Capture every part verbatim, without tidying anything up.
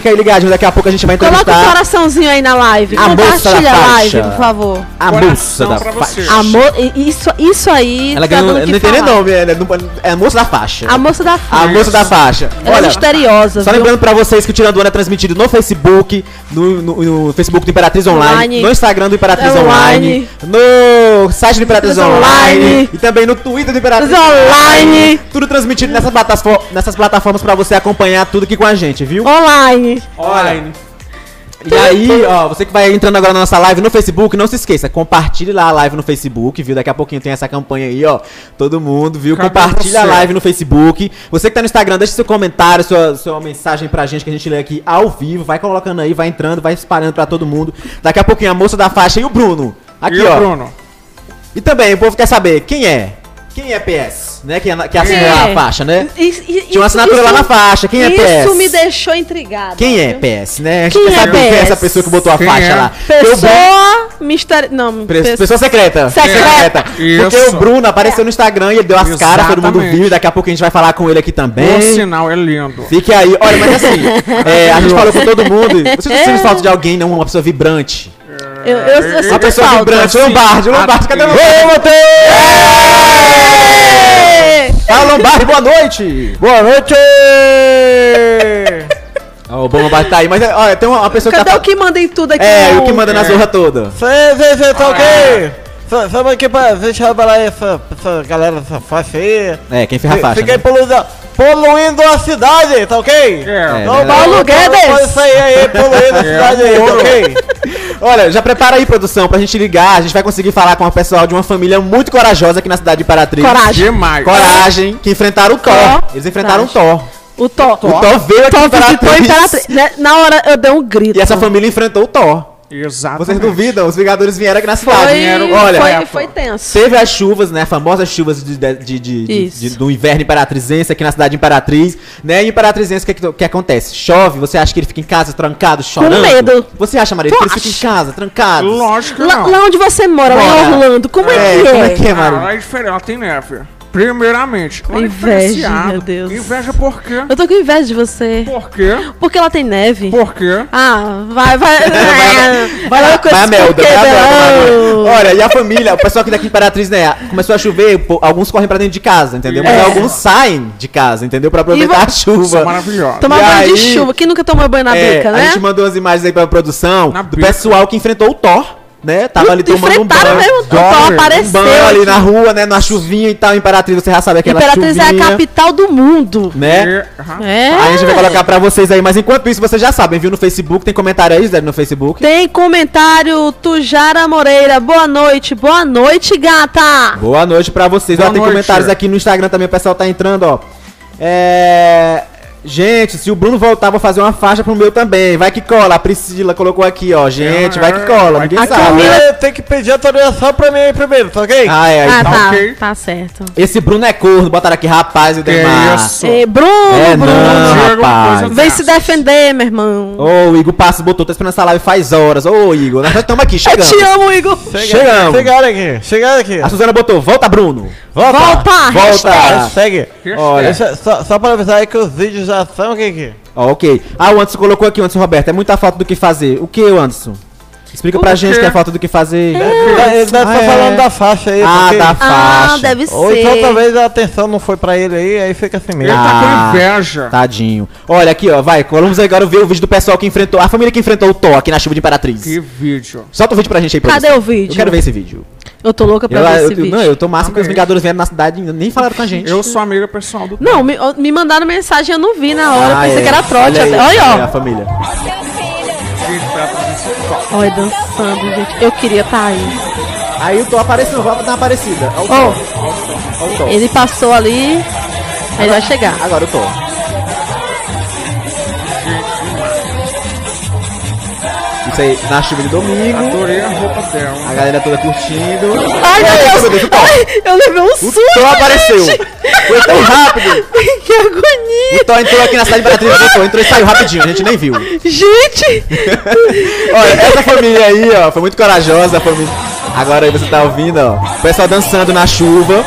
Fica aí ligadinho, daqui a pouco a gente vai entrevistar. Coloca o coraçãozinho aí na live. A Compartilha a live, por favor. A moça da faixa. Amor, isso, isso aí. Ela ganhou, não entende nome, é, é a moça da faixa. A moça da faixa. A moça da faixa. Ela é misteriosa. Só viu? Lembrando pra vocês que o Tirando Onda é transmitido no Facebook, no, no, no Facebook do Imperatriz Online, Online, no Instagram do Imperatriz Online, Online, no site do Imperatriz Online, Online e também no Twitter do Imperatriz Online. Tudo transmitido nessas, plataform nessas plataformas pra você acompanhar tudo aqui com a gente, viu? Online. Online. E aí, ó, você que vai entrando agora na nossa live no Facebook, não se esqueça, compartilhe lá a live no Facebook, viu? Daqui a pouquinho tem essa campanha aí, ó. Todo mundo, viu? Cadê Compartilha você? a live no Facebook. Você que tá no Instagram, deixa seu comentário, sua, sua mensagem pra gente que a gente lê aqui ao vivo. Vai colocando aí, vai entrando, vai espalhando pra todo mundo. Daqui a pouquinho a moça da faixa e o Bruno. Aqui, e ó. O Bruno. E também, o povo quer saber, quem é? Quem é P S? Né? Que, que assinou é. a faixa, né? Isso, isso, Tinha uma assinatura isso, lá na faixa. Quem é P S? Isso me deixou intrigada. Quem é P S, né? A gente quem quer é saber quem é essa pessoa que botou a quem faixa é? lá. Pessoa mistério. Não, Pe pessoa, pessoa secreta. Secreta. Isso. Porque o Bruno apareceu no Instagram e ele deu as Exatamente. caras, todo mundo viu. E daqui a pouco a gente vai falar com ele aqui também. O sinal é lindo. Fique aí. Olha, mas assim, é, a gente falou com todo mundo. Vocês não sentem falta de alguém, não? Uma pessoa vibrante. Eu, eu, eu, eu uma pessoa falta. vibrante. Lombardi, Lombardi, cadê você? Ô, Matheus! Fala, Lombardi, boa noite! Boa noite! Ó, o bom Lombardi tá aí, mas olha, tem uma, uma pessoa Cadê que tá... o que manda em tudo aqui? É, o que manda na zorra toda. Cê, cê, cê, tá ok? Vamos aqui pra deixar lá essa, essa galera, essa faixa aí. É, quem fez a faixa. Fica aí poluindo, poluindo a cidade, tá ok? É, não, Paulo Guedes! Pode sair aí, poluindo a cidade aí, tá ok? Olha, já prepara aí, produção, pra gente ligar. A gente vai conseguir falar com o pessoal de uma família muito corajosa aqui na cidade de Imperatriz. Coragem. Demais. Coragem, que enfrentaram o Thor. Eles enfrentaram o Thor. O Thor. O Thor veio aqui em Imperatriz. Imperatriz. Na hora eu dei um grito. E essa família enfrentou o Thor. Exatamente. Vocês duvidam? Os Vingadores vieram aqui na cidade. Foi, vieram, olha, foi, foi tenso. Teve as chuvas, né? Famosas chuvas de, de, de, de, de, do inverno imperatrizense aqui na cidade de Imperatriz. Né? E Imperatrizense, o que, que, que acontece? Chove, você acha que ele fica em casa trancado, chorando? Com medo. Você acha, Maria, que ele fica em casa, trancado? Lógico que lá, não. Lá onde você mora, Bora. lá em Orlando, como é, é que é? Como é que é, Maria? Ah, lá é diferente, lá tem neve. Primeiramente, inveja, meu Deus. Inveja por quê? Eu tô com inveja de você. Por quê? Porque lá tem neve. Por quê? Ah, vai, vai. vai, vai, vai lá com esse Melda, vai, vai, Olha, e a família, o pessoal aqui daqui em Imperatriz, né? Começou a chover, alguns correm pra dentro de casa, entendeu? Mas é. alguns saem de casa, entendeu? Pra aproveitar a chuva. Isso é maravilhoso. Tomar banho de chuva. Quem nunca tomou banho na é, bica, né? A gente mandou as imagens aí pra produção na do bica. pessoal que enfrentou o Thor. Né? Tava ali tomando um banho. Mesmo, o Thor apareceu. Um banho ali na rua, né? Na chuvinha e tal. Imperatriz, você já sabe aquela Imperatriz chuvinha. é a capital do mundo. Né? Uhum. É. Aí a gente vai colocar pra vocês aí. Mas enquanto isso, vocês já sabem, viu? No Facebook, tem comentário aí, Zé, no Facebook? Tem comentário, Tujara Moreira. Boa noite, boa noite, gata. Boa noite pra vocês. Boa ó, tem noite. Comentários aqui no Instagram também, o pessoal tá entrando, ó. É... Gente, se o Bruno voltar, vou fazer uma faixa pro meu também. Vai que cola. A Priscila colocou aqui, ó. Gente, é, vai que cola. Ninguém a sabe. Camila tem que pedir autorização pra mim aí primeiro, tá ok? Ah, é. Ah, então, tá. Okay. Tá certo. Esse Bruno é corno. Botaram aqui, rapaz, o Demar. Isso. Ei, Bruno, é, Bruno. Não, rapaz. Vem se defender, meu irmão. Ô, o Igor Passos botou. Tô esperando essa live faz horas. Ô, Igor, nós estamos aqui, chegamos. Eu te amo, Igor. Chegamos. Chegaram aqui, chegaram aqui. A Suzana botou, volta, Bruno. Volta. Volta. Volta. Segue. Olha. Deixa, só, só pra avisar aí que os vídeos já são aqui. aqui. Ó, ok. Ah, o Anderson colocou aqui, o Anderson Roberto. É muita falta do que fazer. O que, Anderson? Explica pra gente que é falta do que fazer. É. Ele deve estar ah, é. falando da faixa aí. Ah, porque... da faixa. Ah, deve ser. Ou então talvez a atenção não foi pra ele aí, aí fica assim mesmo. Ele ah, tá com inveja. Tadinho. Olha aqui, ó, vai. Vamos agora ver o vídeo do pessoal que enfrentou, a família que enfrentou o Thor aqui na chuva de Imperatriz. Que vídeo. Solta o vídeo pra gente aí, produção. Cadê o vídeo? Eu quero ver esse vídeo. Eu tô louca pra eu, ver eu, esse eu, vídeo. Não, eu tô massa porque os Vingadores vieram na cidade e nem falaram com a gente. Eu sou amiga pessoal do Não, me, me mandaram mensagem, eu não vi na hora. Ah, pensei é. que era trote. Olha, Olha, aí, olha, olha ó. a família. Olha, dançando, gente. Eu queria estar tá aí. Aí o Thor apareceu, vai dar uma aparecida. Olha o Thor. Oh. Olha o Thor. Ele passou ali, aí ele vai chegar. Agora o Thor. Isso aí, na chuva de domingo. Adorei a roupa dela. A galera toda curtindo. Ai, meu Deus, meu Deus, o Thor. Ai, eu levei um susto. O Thor apareceu. Foi tão rápido. Que agonia. O Thor entrou aqui na cidade de Imperatriz, voltou, entrou e saiu rapidinho, a gente nem viu. Gente. Olha, essa família aí, ó, foi muito corajosa. A família... Agora aí você tá ouvindo, ó. O pessoal dançando na chuva.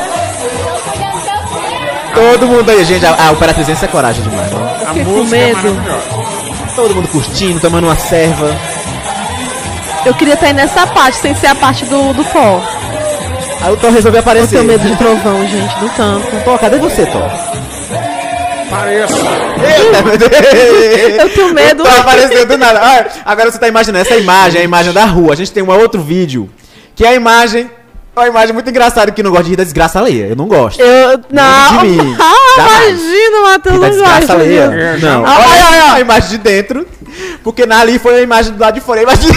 Todo mundo aí, gente. A, a Imperatrizense é coragem demais, né? A Fiquei música com medo. é maravilhosa. Todo mundo curtindo, tomando uma serva. Eu queria estar aí nessa parte, sem ser a parte do, do Thor. Aí o Thor resolveu Eu aparecer. tenho medo de trovão, gente, do tanto. Thor, cadê você, Thor? Pareça. Eita, meu Deus. Eu tenho medo. O Thor apareceu do nada. Ah, agora você tá imaginando, essa imagem é a imagem da rua. A gente tem um outro vídeo, que é a imagem... Uma imagem muito engraçada que não gosta de rir da desgraça alheia. Eu não gosto. Eu. Não. de mim. Ah, Jamais. imagina, Matheus, Rir da não desgraça gosta. alheia. viu? Não. Ah, Olha olha, olha. a imagem de dentro. Porque na ali foi a imagem do lado de fora. A imagem de...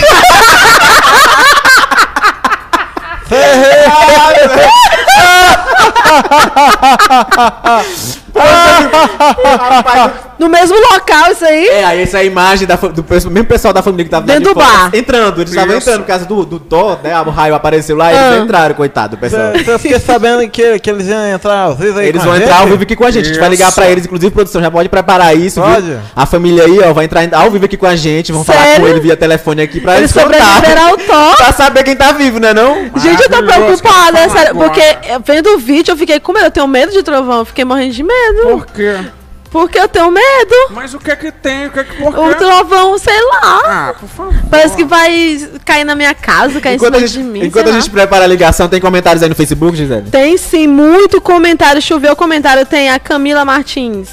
No mesmo local, isso aí. É, aí essa é a imagem da, fa- do pe- mesmo pessoal da família que tava lá Dentro de do fora, bar. entrando. Eles estavam Isso. entrando por causa do, do Thor, né? O raio apareceu lá e Ah. eles entraram, coitado do pessoal. Eu fiquei sabendo que, que eles iam entrar ao vivo aí Eles com vão a entrar ao gente. vivo aqui com a gente. A gente vai ligar Isso. pra eles, inclusive, produção, já pode preparar isso, Pode. viu? A família aí, ó, vai entrar ao vivo aqui com a gente. Vamos falar Sério? com ele via telefone aqui pra Eles eles contar. sobreviveram ao Thor. Pra saber quem tá vivo, né não? Gente, eu tô Maravilhoso, preocupada, é que sério, agora. porque eh, vendo o vídeo eu fiquei com medo, eu tenho medo de trovão, eu fiquei morrendo de medo. Por quê? Porque eu tenho medo. Mas o que é que tem? O que é que por O quê? trovão, sei lá. Ah, por favor. Parece que vai cair na minha casa, cair Enquanto, em a cima gente, de mim. enquanto sei a lá. gente prepara a ligação, tem comentários aí no Facebook, Gisele? Tem sim, muito comentário. Choveu comentário. Tem a Camila Martins.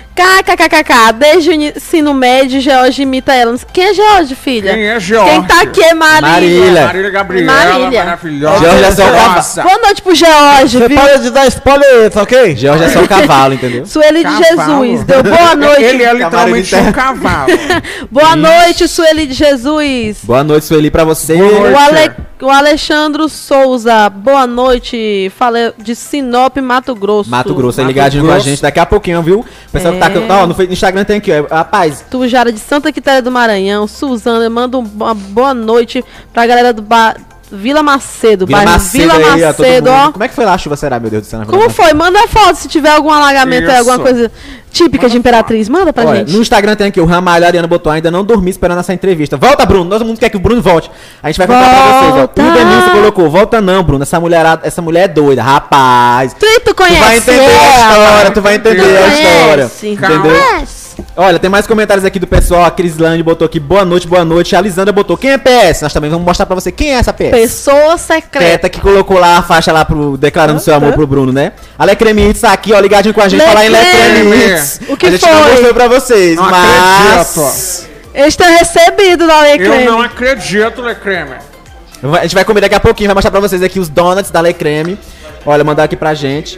KKKKK, desde o ensino médio, George imita ela. Quem é George, filha? Quem é George? Quem tá aqui é Marília. Marília. Marília Gabriela, Marília. maravilhosa. George é só um Nossa. Boa noite pro George, Você viu? para de dar spoiler, tá ok? George é só um cavalo, entendeu? Sueli de Cavalo. Jesus, deu boa noite. Ele é literalmente Cavalo um de cavalo. Boa noite, Sueli de Jesus. Boa noite, Sueli, pra você. Boa noite. O, Ale... o Alexandro Souza, boa noite. Falei de Sinop, Mato Grosso. Mato Grosso, aí Mato ligadinho com a Grosso. gente daqui a pouquinho, viu? O pessoal que tá... É. Ó, no fe- no Instagram tem aqui, ó. Rapaz, Tujara de Santa Quitéria do Maranhão. Suzana, manda um- uma boa noite pra galera do ba... Vila Macedo. Vila bairro Macedo Vila aí, ó, todo Macedo, mundo. ó. Como é que foi lá a chuva, será, meu Deus do céu? na Vila Como Macedo? foi? Manda foto se tiver algum alagamento aí, alguma Isso. coisa típica de Imperatriz. Manda pra Olha, gente. no Instagram tem aqui, o Ramalho Ariano botou, ainda não dormi esperando essa entrevista. Volta, Bruno, todo mundo quer que o Bruno volte. A gente vai contar pra vocês, Volta. ó. O Denilson colocou, volta não, Bruno, essa mulher, essa mulher é doida, rapaz. Tu, tu Tu conhece vai entender a ela? história, tu vai entender Tu a história. Conhece. Entendeu? Conhece. Olha, tem mais comentários aqui do pessoal. A Crislane botou aqui, boa noite, boa noite. A Lisandra botou, quem é P S? Nós também vamos mostrar pra você quem é essa P S. Pessoa secreta. Creta que colocou lá a faixa lá pro, declarando seu amor pro Bruno, né? A Lecremites tá aqui, ó, ligadinho com a gente. Falar em Lecreme. Lecremites. O que a gente foi? não mostrou pra vocês, Não mas... Eles têm recebido da Lei Eu Creme. não acredito, Lecreme. A gente vai comer daqui a pouquinho, vai mostrar pra vocês aqui os donuts da Lecreme. Olha, mandar aqui pra gente.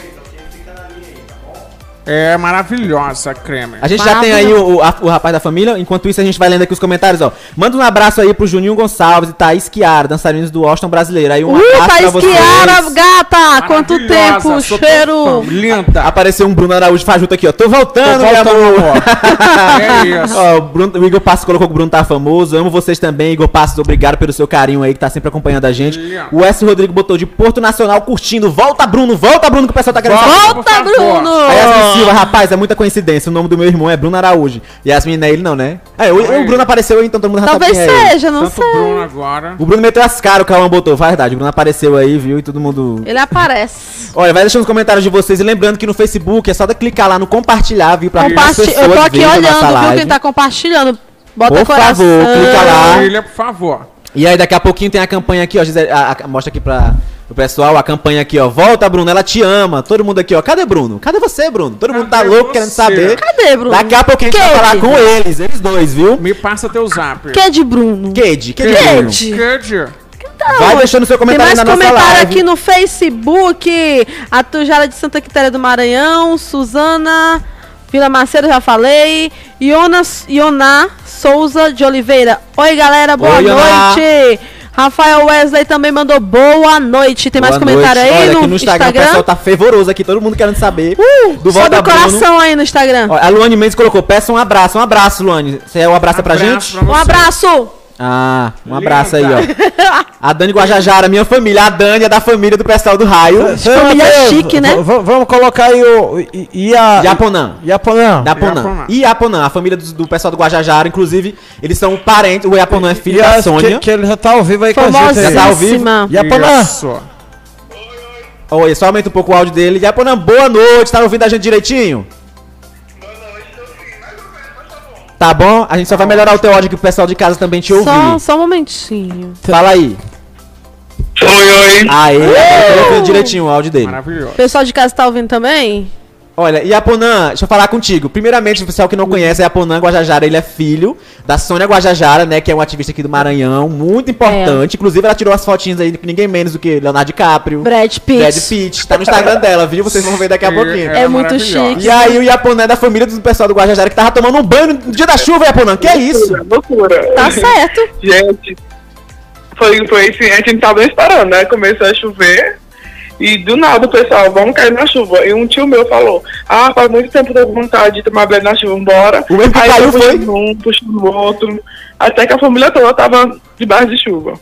É maravilhosa a creme. A gente já tem aí o, o, a- o rapaz da família. Enquanto isso, a gente vai lendo aqui os comentários, ó. Manda um abraço aí pro Juninho Gonçalves e Thaís Chiara, dançarinos do Austin brasileiro. Aí um Uh, abraço pra Thaís vocês. Chiara, gata! Quanto Maravilhosa, tempo, sou teu cheiro! fã, Linda. Apareceu um Bruno Araújo Fajuto aqui, ó. Tô voltando, Tô voltando, meu amor. amor. É isso. Ó, o, Bruno- o Igor Passos colocou que o Bruno tá famoso. Amo vocês também, Igor Passos. Obrigado pelo seu carinho aí, que tá sempre acompanhando a gente. Yeah. O S. Rodrigo botou de Porto Nacional curtindo. Volta, Bruno, volta, Bruno, que o pessoal tá querendo Volta. saber. Volta, Por favor. Bruno! A Yasmin Silva, rapaz, é muita coincidência. O nome do meu irmão é Bruno Araújo. Yasmin não é ele, não, né? É, o, o Bruno apareceu aí, então todo mundo já Talvez sabe quem é ele. seja, não Tanto sei. Bruno agora. O Bruno meteu as caras, o Cauã botou. Vai, verdade, o Bruno apareceu aí, viu? E todo mundo. Ele aparece. Olha, vai deixando os comentários de vocês. E lembrando que no Facebook é só de clicar lá no compartilhar, viu? Pra que mais Comparti... pessoas Eu tô aqui vejam a nossa olhando, viu? live. Quem tá compartilhando. Bota Por coração. favor, clica lá. Família, por favor. E aí daqui a pouquinho tem a campanha aqui, ó. Gisele, a- a- mostra aqui pra, pro pessoal a campanha aqui, ó. Volta, Bruno, ela te ama. Todo mundo aqui, ó. Cadê Bruno? Cadê você, Bruno? Todo mundo tá Cadê louco você? querendo saber. Cadê, Bruno? Daqui a pouquinho a gente vai Kade. falar com eles, eles dois, viu? Me passa teu zap. Que é de Bruno? Kade, Kade, Kade. Bruno. Kade. Vai deixando seu Tem comentário mais aí na nossa comentário live. aqui no Facebook. A Tujara de Santa Quitéria do Maranhão. Suzana Vila Macedo, já falei. Ionas, Ioná Souza de Oliveira. Oi, galera, boa Oi, Ioná. noite. Rafael Wesley também mandou boa noite. Tem mais Boa comentário noite. aí Olha, no, aqui no Instagram, o pessoal tá fervoroso aqui, todo mundo querendo saber. Uh, do só Volta do Bruno. coração aí no Instagram. Ó, a Luane Mendes colocou, peça um abraço. Um abraço, Luane. Você é um abraço pra Abraço gente? pra Um você. abraço. Ah, um Linda. abraço aí, ó. A Dani Guajajara, minha família. A Dani é da família do pessoal do Raio. Seu Família Matheus, chique, né? v- v- Vamos colocar aí o I- Ia... Japonã. Iaponã. Iaponã. Iaponã. Iaponã, a família do, do pessoal do Guajajara, inclusive, eles são parentes. O Iaponã é filho E da as Sônia. que, que ele já tá ao vivo aí com a gente aí. Já tá ao vivo? Famosíssima. Iaponã. Isso. Oi, só aumenta um pouco o áudio dele. Iaponã, boa noite. Tá ouvindo a gente direitinho? Tá Tá bom? A gente só vai melhorar o teu áudio que o pessoal de casa também te ouvir. Só, só um momentinho. Fala aí. Oi, oi. Aê, agora eu tô ouvindo direitinho o áudio dele. Maravilhoso. O pessoal de casa tá ouvindo também? Olha, e Aponan, deixa eu falar contigo. Primeiramente, o pessoal que não conhece, é Aponan Guajajara, ele é filho da Sônia Guajajara, né, que é um ativista aqui do Maranhão, muito importante. É. Inclusive, ela tirou as fotinhas aí com ninguém menos do que Leonardo DiCaprio. Brad Pitt. Brad Pitt, tá no Instagram dela, viu? Vocês vão ver daqui a pouquinho. É, é muito chique. E aí, o Iaponan é da família do pessoal do Guajajara que tava tomando um banho no dia da chuva, Iaponan. Que é isso? Loucura. Tá certo. Gente, foi, foi assim, a gente não tava esperando, né? Começou a chover. E do nada o pessoal, vamos cair na chuva. E um tio meu falou, ah, faz muito tempo que eu tô com vontade de tomar banho na chuva, embora. O mesmo que aí caiu eu foi? Um, puxando o outro, até que a família toda tava debaixo de chuva.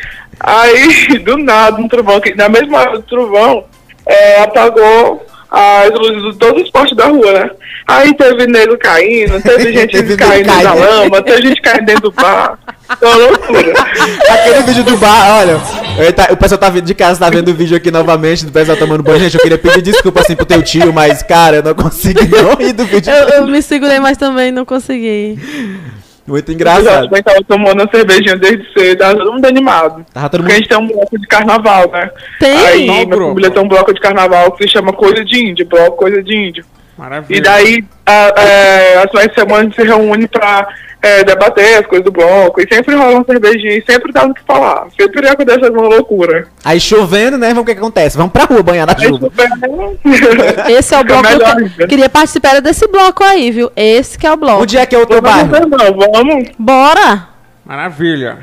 Aí, do nada, um trovão, que na mesma hora do trovão, é, apagou as luzes de todos os postes da rua, né? Aí teve nego caindo, teve gente Teve caindo nego na caindo. lama, teve gente caindo dentro do bar. Foi uma loucura. Aquele vídeo do bar, olha, ele tá- o pessoal tá vendo de casa, tá vendo o vídeo aqui novamente do pessoal tomando banho. Gente, eu queria pedir desculpa assim pro teu tio, mas, cara, eu não consegui não rir do vídeo. Eu, eu me segurei, mas também não consegui. Muito Eu engraçado. também tava tomando uma cervejinha desde cedo, tava todo mundo animado. Tava todo Porque a mundo... gente tem um bloco de carnaval, né? Tem? Aí Qual minha grupo? família tem um bloco de carnaval que se chama Coisa de Índio, bloco Coisa de Índio. Maravilha. E daí, a, é, as finais de semana a gente se reúne pra é, debater as coisas do bloco. E sempre rola uma cervejinha e sempre dá o que falar. Sempre acontece alguma loucura. Aí chovendo, né? Vamos o que que acontece? Vamos pra rua banhar na Aí, chuva. super- Esse é o Fica bloco. melhor que eu ainda. queria participar desse bloco aí, viu? Esse que é o bloco. Onde é que é o teu Vamos, bairro? não, vamos. Bora! Maravilha.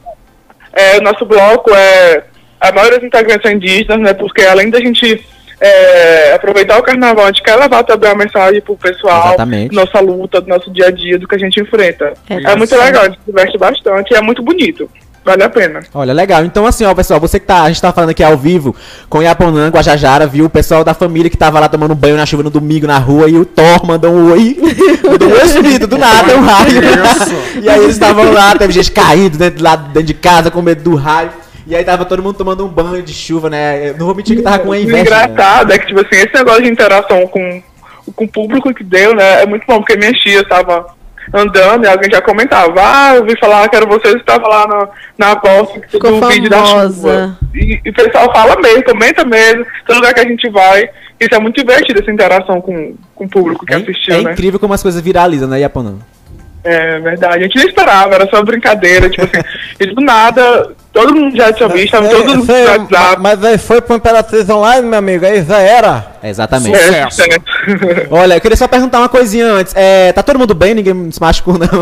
É, o nosso bloco é. A maioria dos integrantes são indígenas, né? Porque além da gente é, aproveitar o carnaval, a gente quer levar também a mensagem pro pessoal, Exatamente. nossa luta, do nosso dia a dia, do que a gente enfrenta. É, É, tá muito certo. legal, a gente se diverte bastante e é muito bonito. Vale a pena. Olha, legal. Então, assim, ó, pessoal, você que tá. A gente tá falando aqui ao vivo com o Iaponan, Guajajara, viu? O pessoal da família que tava lá tomando banho na chuva no domingo na rua e o Thor mandou um oi. Mandou um oi sumido, do nada, um raio. E aí eles estavam lá, teve gente caído dentro, lá dentro de casa com medo do raio. E aí tava todo mundo tomando um banho de chuva, né? Eu não vou mentir que tava com uma O inveja. Né? engraçado é que, tipo assim, esse negócio de interação com, com o público que deu, né, é muito bom, porque minha tia tava andando e alguém já comentava, ah, eu ouvi falar que era você que estava lá na, na volta Ficou do vídeo da famosa. chuva. E, e o pessoal fala mesmo, comenta mesmo, todo lugar que a gente vai. Isso é muito divertido, essa interação com, com o público que É, assistiu, é né? incrível como as coisas viralizam, né, Iaponan? É verdade, a gente não esperava, era só brincadeira, tipo assim, e do nada, todo mundo já tinha visto, tava todo mundo no Sei, WhatsApp. mas aí foi pro Imperatriz Online, meu amigo, aí já era. É, exatamente. É, Sucesso. certo. Olha, eu queria só perguntar uma coisinha antes. É, tá todo mundo bem? Ninguém se machucou, não?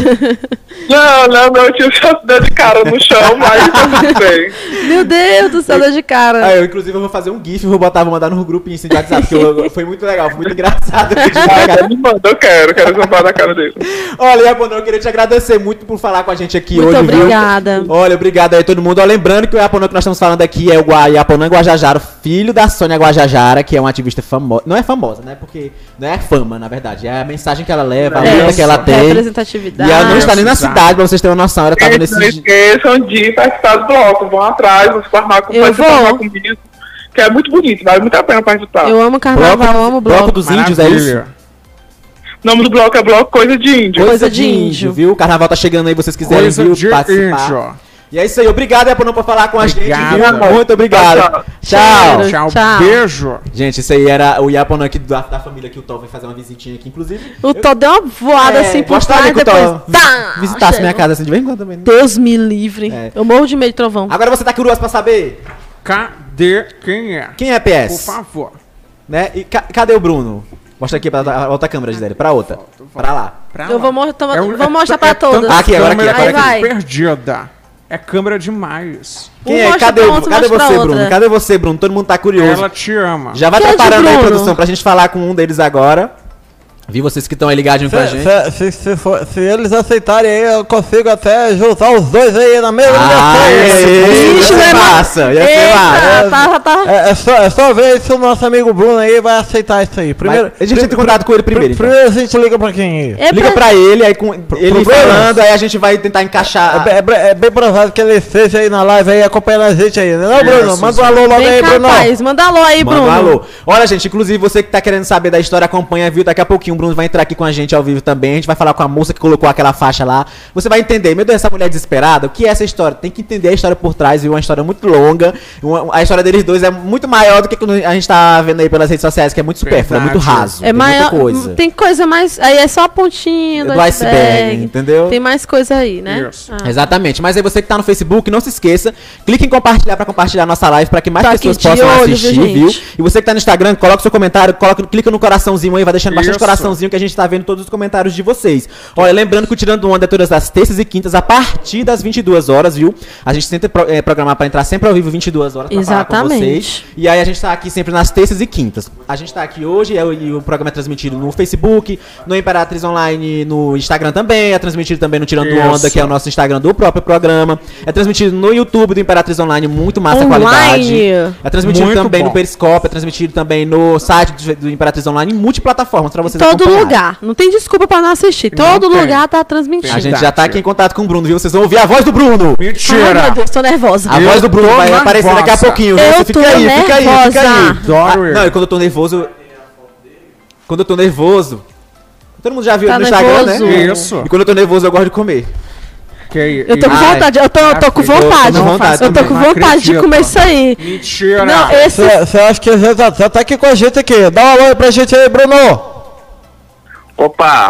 Não, não, meu tio só deu de cara no chão, mas tá tudo bem. Meu Deus do céu, deu de cara. Ah, eu, inclusive, eu vou fazer um GIF, vou botar, vou mandar no grupinho assim, de WhatsApp, porque eu- foi muito legal, foi muito engraçado. Ah, me manda, eu quero, quero zampar na cara dele. Olha, Iaponan, eu queria te agradecer muito por falar com a gente aqui Muito hoje, obrigada. viu? Olha, obrigado aí todo mundo. Ó, lembrando que o Iaponan que nós estamos falando aqui é o Gua- Iaponan Guajajara, filho da Sônia Guajajara, que é uma ativista famosa. Não é famosa, né? Porque não é fama, na verdade. É a mensagem que ela leva, a É, luta que ela tem. representatividade. E ela não está nem na Exato. cidade, pra vocês terem uma noção. Ela tava Gente, nesse. não esqueçam de participar do bloco, vão atrás, vão se formar com, Eu pode se formar vou. comigo, que é muito bonito, vale muito a pena participar. Eu amo carnaval, Bloco, eu amo bloco bloco. dos índios, é isso? Maravilha. O nome do bloco é Bloco Coisa de Índio. Coisa, Coisa de de índio, índio. viu? O carnaval tá chegando aí, vocês quiserem, Coisa viu? de Participar. índio. E é isso aí, obrigado, Iaponan, por falar com a gente, Obrigado. viu? Muito obrigado. Tchau, Tchau. Cheiro. Tchau, Tchau. beijo. Gente, isso aí era o Iaponan aqui da, da família que o Thor vai fazer uma visitinha aqui, inclusive. O Tó deu uma voada assim por gostaria trás, que o depois... Thor Tá, vi- visitasse chegou. minha casa assim de vez em quando também. né? Deus me livre. É. Eu morro de medo de trovão. Agora você tá curioso pra saber Cadê quem é? quem é P Por S? favor. Né? E ca- cadê o Bruno? Mostra aqui pra a outra câmera, Gisele. Pra outra. Pra lá. Pra Eu lá. vou mo- toma- um- vou mostrar pra tanta todas. Aqui, agora aqui, câmera agora aqui. Aí vai. perdida. É câmera demais. Quem Um é? mostra Cadê, pra o, outra, cadê mostra pra você, outra. Bruno? Cadê você, Bruno? Todo mundo tá curioso. Ela te ama. Já vai Quem é de preparando aí, Bruno? produção, pra gente falar com um deles agora. Vi vocês que estão aí ligadinhos com a gente. Se, se, se, for- se eles aceitarem aí, eu consigo até juntar os dois aí na mesma Ah, ligação. ia Ixi, ser né, mano? massa, ia ser massa. Eita, tá, tá. É, é só, é só ver se o nosso amigo Bruno aí vai aceitar isso aí. Primeiro, Mas a gente entra em contato com ele primeiro, então. Primeiro a gente liga pra quem aí. É Liga pra- pra ele, aí com ele problema? falando, aí a gente vai tentar É, encaixar. bem- é bem- é bem provável que ele esteja aí na live aí acompanhando a gente aí, né? Não, Bruno? Isso, Manda um alô logo Vem aí, cá, Bruno. rapaz. Manda alô aí, Manda Bruno. um alô. Olha, gente, inclusive você que tá querendo saber da história, acompanha, viu? Daqui a pouquinho o Bruno vai entrar aqui com a gente ao vivo também. A gente vai falar com a moça que colocou aquela faixa lá. Você vai entender, meu Deus, essa mulher desesperada, o que é essa história? Tem que entender a história por trás, viu? Uma história muito longa. Uma, a história deles dois é muito maior do que a gente tá vendo aí pelas redes sociais, que é muito supérfluo, é muito raso. É tem maior, muita coisa. Tem coisa mais. Aí é só a pontinha do, do iceberg, iceberg, entendeu? Tem mais coisa aí, né? Yes. Ah. Exatamente. Mas aí você que tá no Facebook, não se esqueça, clique em compartilhar pra compartilhar nossa live, pra que mais Tô pessoas aqui de possam olho, assistir, viu, viu? gente? E você que tá no Instagram, coloca o seu comentário, coloca, clica no coraçãozinho aí, vai deixando bastante Isso. coraçãozinho que a gente tá vendo todos os comentários de vocês. Olha, lembrando que o Tirando Onda é todas as terças e quintas, a partir das vinte e duas horas, viu? A gente tenta pro, é, programar pra entrar sempre ao vivo vinte e duas horas pra falar com Exatamente. vocês. E aí a gente tá aqui sempre nas terças e quintas. A gente tá aqui hoje é, e o programa é transmitido no Facebook, no Imperatriz Online, no Instagram também, é transmitido também no Tirando Isso. Onda, que é o nosso Instagram do próprio programa. É transmitido no YouTube do Imperatriz Online, muito massa Online. qualidade. É transmitido Muito também bom. no Periscope, é transmitido também no site do, do Imperatriz Online, em multiplataformas pra vocês Todo acompanharem. lugar. Não tem desculpa pra não assistir. Todo tem. lugar tá transmitindo. A gente já tá aqui em contato com o Bruno, viu? Vocês vão ouvir a voz do Bruno. Ai, Mentira! meu Deus, tô nervosa. A Eu voz do Bruno tô vai aparecer daqui a nervosa. pouquinho, viu? Eu Você fica tô aí, fica aí, fica aí. nervosa. Adoro Ah, não, e quando eu tô nervoso. Quando eu tô nervoso. Todo mundo já viu Tá no Instagram, nervoso? né? Isso. E quando eu tô nervoso, eu gosto de comer. Que Eu tô com Ai. vontade, eu tô, eu tô com Eu tô com vontade. vontade Eu tô com também. vontade de Não comer acredito. isso aí. Mentira! Não, esse. Você acha que você tá, você tá aqui com a gente aqui? Dá um alô aí pra gente aí, Bruno! Opa!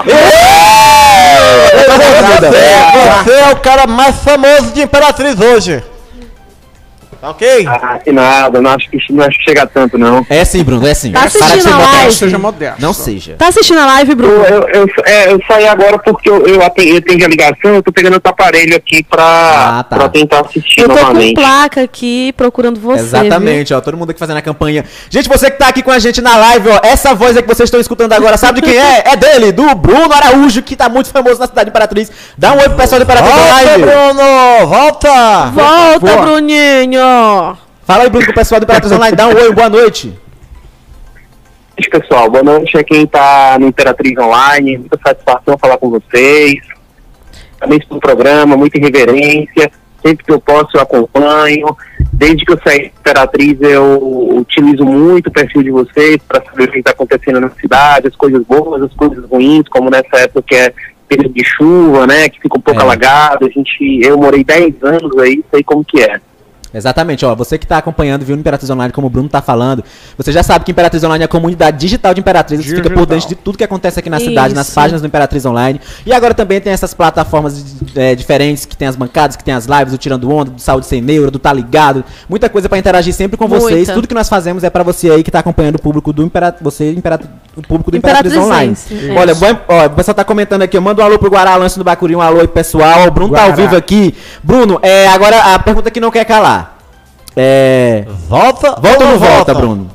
Você, você é o cara mais famoso de Imperatriz hoje. Tá ok? Ah, que nada, não acho que, não acho que chega tanto, não. É sim, Bruno, é sim. Tá Para de ser assistindo a modesto. live? Seja modesto. Não seja. Tá assistindo a live, Eu, Bruno? eu, eu, é, eu saí agora porque eu, eu atendi, eu atendi a ligação, eu tô pegando outro aparelho aqui pra, Ah, tá. pra tentar assistir Eu tô com novamente. placa aqui procurando você. Exatamente, ó, todo mundo aqui fazendo a campanha. Gente, você que tá aqui com a gente na live, ó, essa voz aí que vocês estão escutando agora, sabe de quem é? É dele, do Bruno Araújo, que tá muito famoso na cidade de Imperatriz. Dá um oi pro pessoal de Imperatriz Volta, Online. Bruno! Volta! Viu? Volta, Boa. Bruninho! Fala aí, Bruno, com o pessoal do Imperatriz Online, dá um oi, boa noite. Gente, pessoal, boa noite a quem tá no Imperatriz Online, muita satisfação falar com vocês. Parabéns pelo programa, muita irreverência. Sempre que eu posso eu acompanho. Desde que eu saí da Imperatriz eu utilizo muito o perfil de vocês para saber o que está acontecendo na cidade, as coisas boas, as coisas ruins, como nessa época que é período de chuva, né, que fica um pouco É. alagado. A gente, eu morei dez anos aí, sei como que é. Exatamente, ó, você que tá acompanhando, viu, no Imperatriz Online, como o Bruno tá falando, você já sabe que Imperatriz Online é a comunidade digital de Imperatriz, você fica por Digital. dentro de tudo que acontece aqui na cidade, nas Isso. páginas do Imperatriz Online. E agora também tem essas plataformas é, diferentes, que tem as bancadas, que tem as lives, do Tirando Onda, do Saúde Sem Neuro, do Tá Ligado, muita coisa pra interagir sempre com vocês. Muita. Tudo que nós fazemos é pra você aí que tá acompanhando o público do Imperatriz, você, Imperatriz, o público do Imperatriz Online. Imperatrizense, Olha, isso. bom, ó, o pessoal tá comentando aqui, eu mando um alô pro Guará Lance do Bacuri, um alô aí, pessoal. O Bruno tá ao Guará. vivo aqui. Bruno, é, agora a pergunta que não quer calar. É. Volta, Volta ou não volta, Bruno?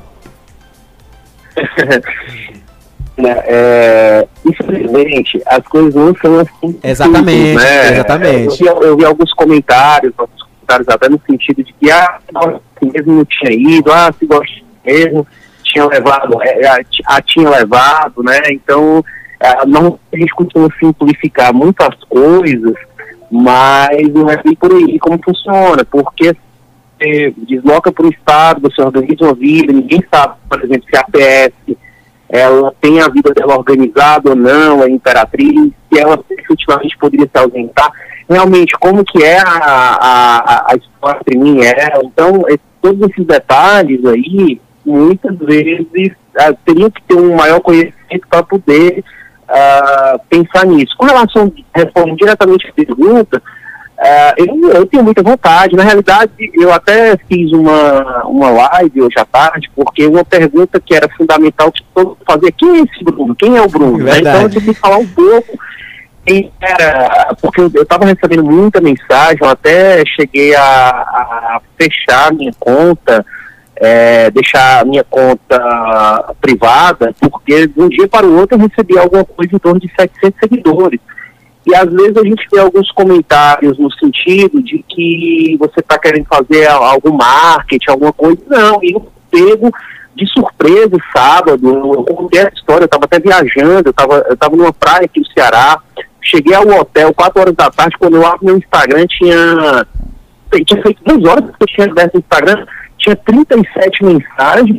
Né, é, infelizmente, as coisas não são assim. Exatamente, simples, né? exatamente. Eu vi, eu vi alguns comentários, alguns comentários até no sentido de que, ah, se mesmo não tinha ido, ah, se gosta mesmo, tinha levado, é, a, a tinha levado, né? Então, é, não, a gente costuma simplificar muitas coisas, mas não é bem por aí como funciona, porque você desloca para o estado, você organiza uma vida, ninguém sabe, por exemplo, se a P S ela tem a vida dela organizada ou não, a Imperatriz, se ela efetivamente poderia se ausentar, realmente como que é a, a, a história entre mim e ela. Então, esse, todos esses detalhes aí, muitas vezes uh, teriam que ter um maior conhecimento para poder uh, pensar nisso. Com relação, respondendo diretamente a pergunta, Uh, eu, eu tenho muita vontade. Na realidade, eu até fiz uma, uma live hoje à tarde, porque uma pergunta que era fundamental que todo mundo fazia: quem é esse Bruno? Quem é o Bruno? Né? Então eu tive que falar um pouco. Quem era, porque eu estava recebendo muita mensagem, eu até cheguei a, a fechar minha conta, é, deixar a minha conta privada, porque de um dia para o outro eu recebi alguma coisa em torno de setecentos seguidores. E às vezes a gente vê alguns comentários no sentido de que você está querendo fazer algum marketing, alguma coisa. Não, e eu pego de surpresa sábado, eu contei essa história, eu estava até viajando, eu estava eu tava numa praia aqui no Ceará, cheguei ao hotel quatro horas da tarde, quando eu abro meu Instagram, tinha, tinha feito duas horas que eu tinha aberto o Instagram, tinha trinta e sete mensagens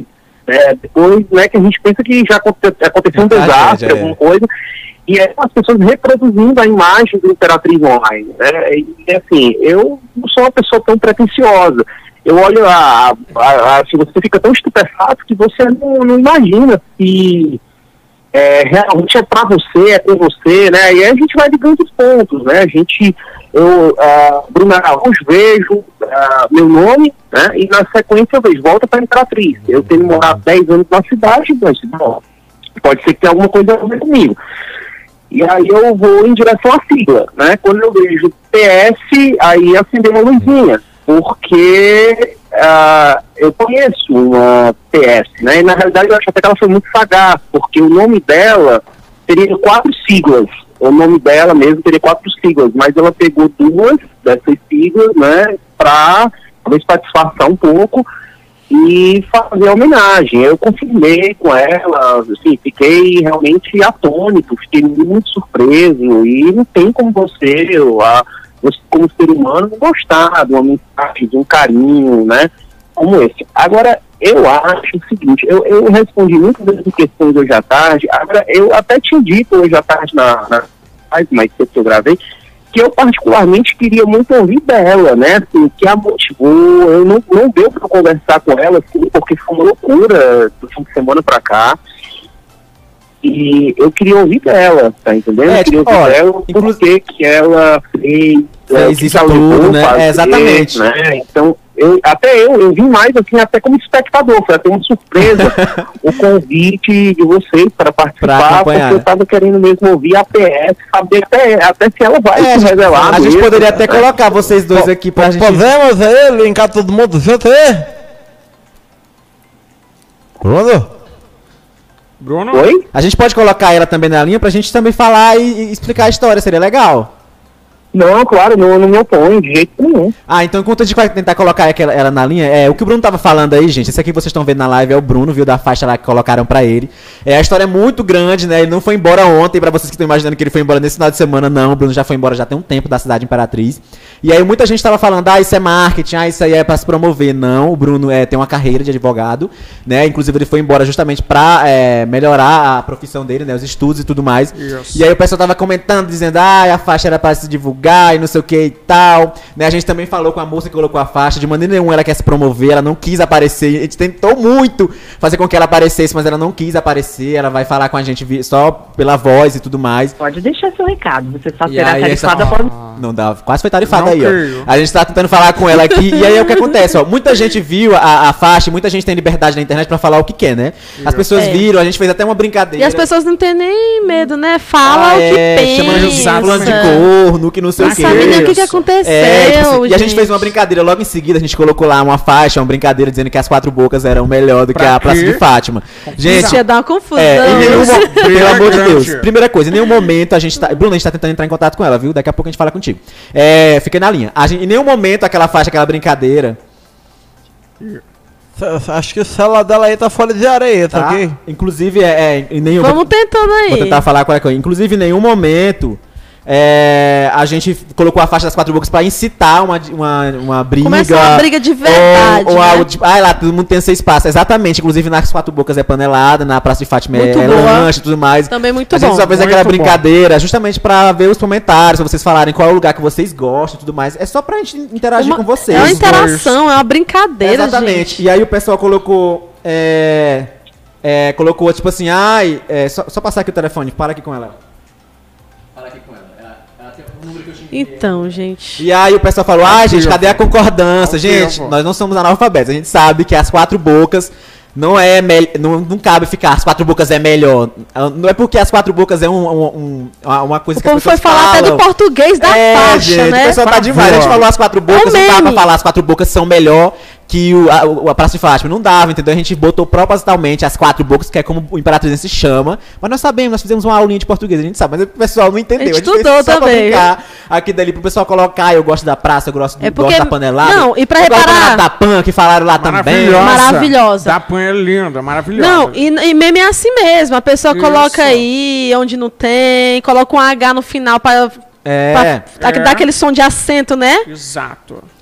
É, depois, né, que a gente pensa que já aconte- aconteceu um desastre, é. alguma coisa, e é as pessoas reproduzindo a imagem do Imperatriz Online, né, e assim, eu não sou uma pessoa tão pretensiosa, eu olho a, a, a se você fica tão estupefato que você não, não imagina se é, realmente é pra você, é com você, né, e aí a gente vai ligando os pontos, né, a gente, eu, uh, Bruna Araújo, vejo uh, meu nome, né, e na sequência eu vejo, volta pra Imperatriz, eu tenho morado dez anos na cidade, mas bom, pode ser que tenha alguma coisa a ver comigo. E aí eu vou em direção à sigla, né, quando eu vejo P S, aí acendeu uma luzinha, porque uh, eu conheço uma P S, né, e na realidade eu acho até que ela foi muito sagaz, porque o nome dela teria quatro siglas, o nome dela mesmo teria quatro siglas, mas ela pegou duas dessas siglas, né, para talvez para disfarçar um pouco e fazer homenagem. Eu confirmei com ela, assim, fiquei realmente atônito, fiquei muito surpreso, e não tem como você, eu, a, você como ser humano, não gostar de uma mensagem, de um carinho, né, como esse. Agora, eu acho o seguinte, eu, eu respondi muitas vezes questões hoje à tarde, agora eu até tinha dito hoje à tarde na, na mais cedo que eu gravei, que eu particularmente queria muito ouvir dela, né, assim, que a motivou, eu não, não deu para conversar com ela, assim, porque foi uma loucura do fim de semana pra cá, e eu queria ouvir dela, tá entendendo? É, eu queria tipo, ouvir ó, dela, inclu- por que que ela fez, é, o Fez que isso ela tudo, levou né? a fazer, É, exatamente. né, então, eu, até eu, eu vim mais assim, até como espectador, foi até uma surpresa o convite de vocês para Pra participar, acompanhar, porque eu né? tava querendo mesmo ouvir a P S, saber até, até se ela vai É, a se gente, revelar. a gente mesmo, poderia até né? colocar vocês dois aqui pra gente... Podemos aí linkar todo mundo junto aí? Bruno? Bruno? Oi? A gente pode colocar ela também na linha pra gente também falar e, e explicar a história, seria legal? Não, claro, não, não me oponho de jeito nenhum. Ah, então enquanto a gente vai tentar colocar aquela, ela na linha, é, o que o Bruno tava falando aí, gente, esse aqui que vocês estão vendo na live é o Bruno, viu, da faixa lá que colocaram pra ele. É, a história é muito grande, né, ele não foi embora ontem, pra vocês que estão imaginando que ele foi embora nesse final de semana, não, o Bruno já foi embora já tem um tempo da cidade Imperatriz. E aí muita gente tava falando, ah, isso é marketing, ah, isso aí é pra se promover. Não, o Bruno é, tem uma carreira de advogado, né, inclusive ele foi embora justamente pra é, melhorar a profissão dele, né, os estudos e tudo mais. Isso. E aí o pessoal tava comentando, dizendo, ah, a faixa era pra se divulgar e não sei o que e tal, né, a gente também falou com a moça que colocou a faixa, de maneira nenhuma ela quer se promover, ela não quis aparecer, a gente tentou muito fazer com que ela aparecesse, mas ela não quis aparecer, ela vai falar com a gente vi- só pela voz e tudo mais. Pode deixar seu recado, você só E será aí, tarifada essa- após... Não dá, quase foi tarifada Não aí, creio. ó. A gente tá tentando falar com ela aqui, e aí é o que acontece, ó. Muita gente viu a, a faixa, muita gente tem liberdade na internet pra falar o que quer, né? As pessoas É. viram, a gente fez até uma brincadeira. E as pessoas não têm nem medo, né? Fala Ah, o que é, pensa. chamando de fulano de corno, que não sei Não o que. sabe nem o que, que Isso. aconteceu, É, tipo assim, e a gente gente. fez uma brincadeira logo em seguida, a gente colocou lá uma faixa, uma brincadeira dizendo que as quatro bocas eram melhor do que Pra a Praça quê? de Fátima. Gente, Isso ia dar uma confusão. é, em nenhum mo- pelo amor de grande. Deus. Primeira coisa, em nenhum momento a gente tá. Bruno, a gente tá tentando entrar em contato com ela, viu? Daqui a pouco a gente fala contigo. É, fiquei na linha. A gente, em nenhum momento aquela faixa, aquela brincadeira. C- Acho que o celular dela aí tá fora de areia, tá, Tá? ok? Inclusive, é, é, em nenhum. Vamos tentando aí. Vou tentar falar com ela. Inclusive, em nenhum momento é, a gente colocou a faixa das quatro bocas pra incitar uma, uma, uma briga. Começar uma briga de verdade, Ou, ou né? algo tipo, ah, lá, todo mundo tem esse espaço. Exatamente. Inclusive, nas quatro bocas é panelada, na Praça de Fátima Muito é boa. lanche e tudo mais. Também muito a gente bom. só fez Muito aquela bom. brincadeira justamente pra ver os comentários, pra vocês falarem qual é o lugar que vocês gostam e tudo mais. É só pra gente interagir Uma- com vocês. É uma Os interação, é uma brincadeira, Exatamente. gente. E aí o pessoal colocou. É, é, colocou tipo assim, ai. É, só, só passar aqui o telefone, para aqui com ela. Fala aqui com ela. Ela, ela tem um número que eu te enviei. Então, gente. E aí o pessoal falou, ai gente, cadê a concordância? Ao Gente, vivo. nós não somos analfabetos. A gente sabe que as quatro bocas não é mel- não, não cabe ficar, as quatro bocas é melhor. Não é porque as quatro bocas é um, um- um- uma uma coisa O que as povo foi pessoas falar até falam. do português da É, faixa, gente, né? o pessoal tá Por demais. A gente favor. falou as quatro bocas, É um não dá pra meme. falar as quatro bocas são melhor que o, a, o- a Praça de Fátima. Não dava, entendeu? A gente botou propositalmente as quatro bocas, que é como o Imperatriz se chama. Mas nós sabemos, nós fizemos uma aulinha de português, a gente sabe. Mas o pessoal não entendeu. A gente fez estudou só pra também. brincar aqui dali pro pessoal colocar. Eu gosto da praça, eu gosto, do, É porque- gosto da panelada. não, e pra eu gosto da reparar- panelada da Pan, que falaram lá também. Maravilhosa. Maravilhosa. Da Pan é linda, maravilhosa. Não, e, e meme é assim mesmo. A pessoa Isso. coloca aí onde não tem, coloca um H no final pra, É. pra É. dar aquele som de acento, né? Exato.